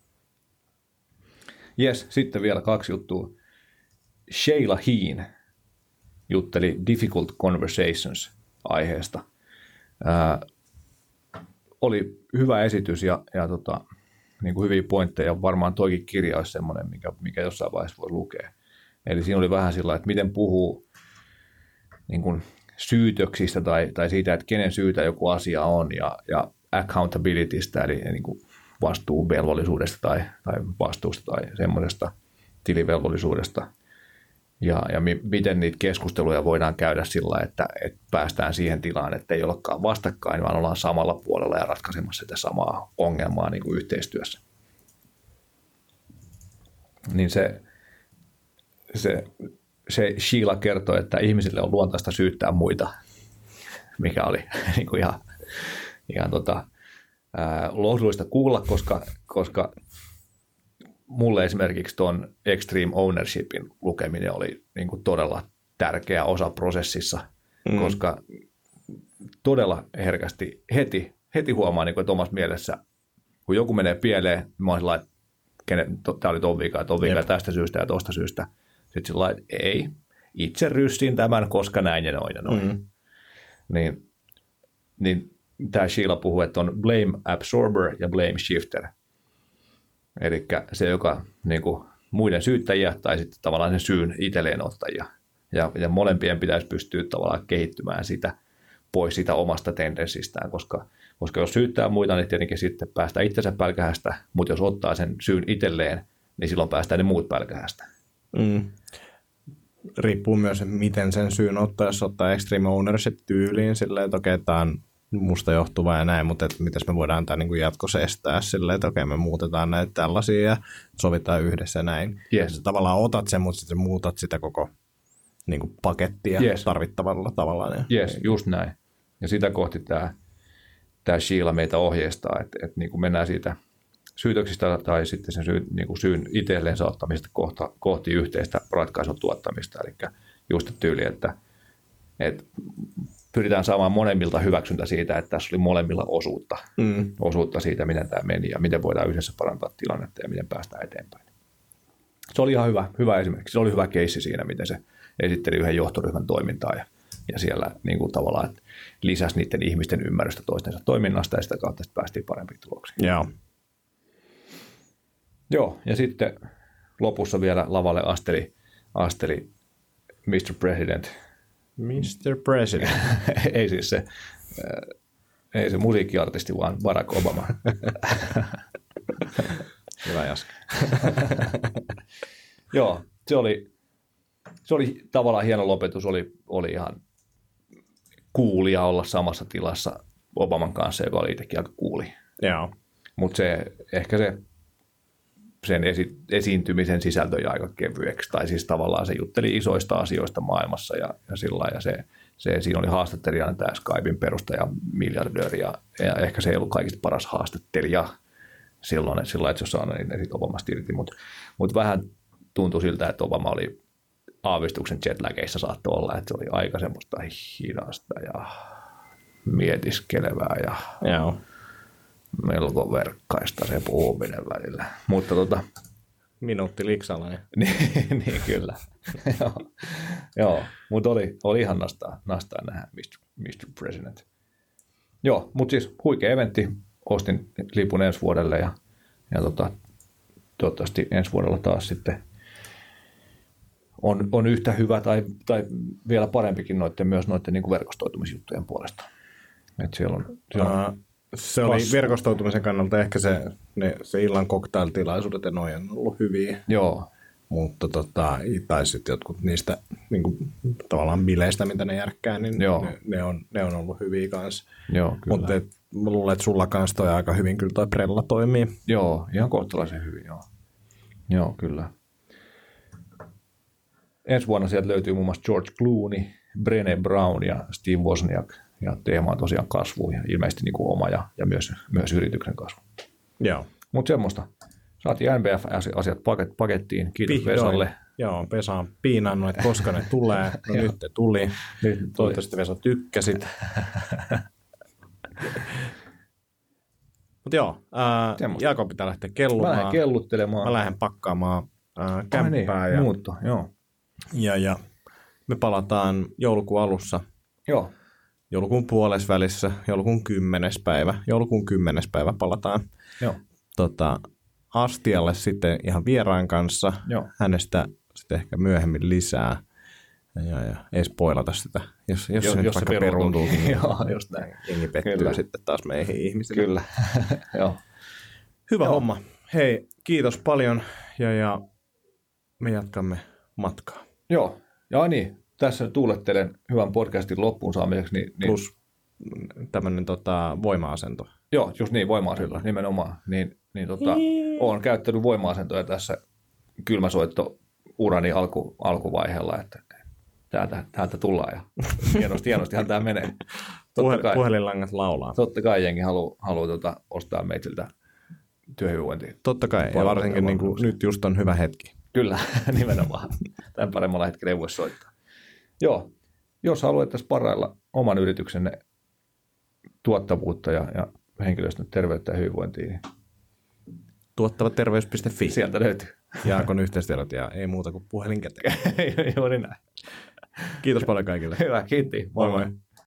Jes, sitten vielä 2 juttua. Sheila Heen jutteli Difficult Conversations aiheesta. Oli hyvä esitys ja niin kuin hyviä pointteja. Varmaan toikin kirja olisi semmoinen, mikä jossain vaiheessa voi lukea. Eli siinä oli vähän sillä, että miten puhuu niin kuin syytöksistä tai siitä, että kenen syytä joku asia on ja accountabilitystä, eli niin kuin vastuuvelvollisuudesta tai vastuusta tai semmoisesta tilivelvollisuudesta. Ja miten niitä keskusteluja voidaan käydä sillä, että päästään siihen tilaan, että ei olekaan vastakkain, vaan ollaan samalla puolella ja ratkaisemassa sitä samaa ongelmaa niin kuin yhteistyössä. Niin se Sheila kertoi, että ihmisille on luontaista syyttää muita, mikä oli niin kuin ihan lohdullista kuulla, koska mulle esimerkiksi tuon Extreme Ownershipin lukeminen oli niin kuin todella tärkeä osa prosessissa, koska todella herkästi heti huomaa, niin kuin, että omassa mielessä, kun joku menee pieleen, mä oon sellainen, että tämä oli ton vika tästä syystä ja tosta syystä. Sitten sillä että ei, itse ryssin tämän, koska näin ja noin ja noin. Niin tämä Sheila puhuu, että on blame absorber ja blame shifter. Eli se, joka niin kuin, muiden syyttäjiä tai sitten tavallaan sen syyn itselleen ottajia. Ja molempien pitäisi pystyä tavallaan kehittymään sitä pois siitä omasta tendenssistään, koska jos syyttää muita, niin tietenkin sitten päästään itsensä pälkähästä, mutta jos ottaa sen syyn itselleen, niin silloin päästään ne muut pälkähästä. Riippuu myös, miten sen syyn ottaa, jos ottaa extreme ownership-tyyliin silleen, että okei, tämä on musta johtuva ja näin, mutta miten me voidaan tämä niin jatkossa estää silleen, että okei, me muutetaan näitä tällaisia ja sovitaan yhdessä näin. Yes. Sä tavallaan otat sen, mutta sitten muutat sitä koko niin kuin pakettia tarvittavalla tavalla. Jes, just näin. Ja sitä kohti tämä Sheila meitä ohjeistaa, että niin kuin mennään siitä syytöksistä tai sitten sen syyn itselleen saattamista kohti yhteistä ratkaisun tuottamista. Eli just tyyli, että pyritään saamaan molemmilta hyväksyntä siitä, että tässä oli molemmilla osuutta siitä, miten tämä meni ja miten voidaan yhdessä parantaa tilannetta ja miten päästään eteenpäin. Se oli ihan hyvä esimerkiksi. Se oli hyvä keissi siinä, miten se esitteli yhden johtoryhmän toimintaa ja siellä niin kuin tavallaan että lisäsi niiden ihmisten ymmärrystä toistensa toiminnasta ja sitä kautta päästiin parempiin tuloksiin. Joo, ja sitten lopussa vielä lavalle asteli Mr. President. Mr. President. ei se musiikkiartisti, vaan Barack Obama. Hyvä Jaska. Joo, se oli tavallaan hieno lopetus, oli ihan coolia olla samassa tilassa Obaman kanssa, joka oli itsekin aika cooli. Joo. Mutta ehkä se sen esiintymisen sisältö jäi aika kevyeksi. Tai siis tavallaan se jutteli isoista asioista maailmassa ja sillä lailla. Ja siinä oli haastattelijana tämä Skypein perustaja miljardööri ja ehkä se ei ollut kaikista paras haastattelija silloin, että sillä lailla, että jos saa niin sitten Obamasta irti. Mutta vähän tuntui siltä, että Obama oli aavistuksen jetlageissa saattoi olla, että se oli aika semmoista hidasta ja mietiskelevää ja melko verkkaista se puhuminen välillä. Mutta Minuutti liksalainen. niin kyllä. Joo, mutta oli ihan nastaa nähdä Mr. President. Joo, mutta siis huikea eventti. Ostin lipun ensi vuodelle ja toivottavasti ensi vuodella taas sitten on yhtä hyvä tai vielä parempikin myös noiden niin kuin verkostoitumisjuttujen puolesta. Et siellä on se oli verkostoitumisen kannalta ehkä se illan cocktailtilaisuudet ja noin on ollut hyviä. Joo. Mutta tai sitten jotkut niistä niin kuin, tavallaan bileistä, mitä ne järkkää, niin ne on ollut hyviä kanssa. Joo, kyllä. Mutta mä luulen, että sulla kanssa toi aika hyvin kyllä toi Prella toimii. Joo, ihan kohtalaisen hyvin, joo. Joo, kyllä. Ensi vuonna sieltä löytyy muun muassa George Clooney, Brené Brown ja Steve Wozniak. Ja teema on tosiaan kasvu ja ilmeisesti niin kuin oma ja myös yrityksen kasvu. Joo. Mutta semmoista. Saatiin NBF-asiat pakettiin. Kiitos Vesalle. Joo, Vesa on piinannut, että koska ne tulee. No nyt ne tuli. Toivottavasti Vesa tykkäsit. Mutta joo, Jaakon pitää lähteä kellumaan. Mä lähden kelluttelemaan. Mä lähden pakkaamaan kämppää. Niin, muutto, joo. Ja me palataan joulukuun alussa. Joo. Joulukuun puolesvälissä, joulukuun 10. päivä. Joulukuun 10. päivä palataan. Joo. Astialle sitten ihan vieraan kanssa. Joo. Hänestä sitten ehkä myöhemmin lisää. Ja ei spoilata sitä, jos se nyt vaikka peruuntuukin. Joo, just näin. Jengi pettyy kyllä sitten taas meihin ihmisille. Kyllä. Joo. Hyvä homma. Hei, kiitos paljon ja me jatkamme matkaa. Joo, ja niin. Tässä tuulettelen hyvän podcastin loppuun saamiseksi. Niin, plus tämmöinen voima-asento. Joo, just niin, voima-asento nimenomaan. Olen käyttänyt voima-asentoja tässä kylmäsoitto-urani alkuvaiheella, että täältä tullaan ja hienostihan tämä menee. Puhelinlangat laulaa. Totta kai jengi haluaa ostaa meitsiltä työhyvinvointia. Totta kai, ja varsinkin niin kuin, nyt just on hyvä hetki. Kyllä, nimenomaan. Tämän paremmalla hetkellä ei voi soittaa. Joo, jos haluatte sparrailla oman yrityksenne tuottavuutta ja henkilöstön terveyttä ja hyvinvointia, niin tuottavaterveys.fi. Sieltä löytyy. Jaakon yhteistiedot ja ei muuta kuin puhelin käteen. Juuri näin. Kiitos paljon kaikille. Hyvä, kiitti. Moi moi.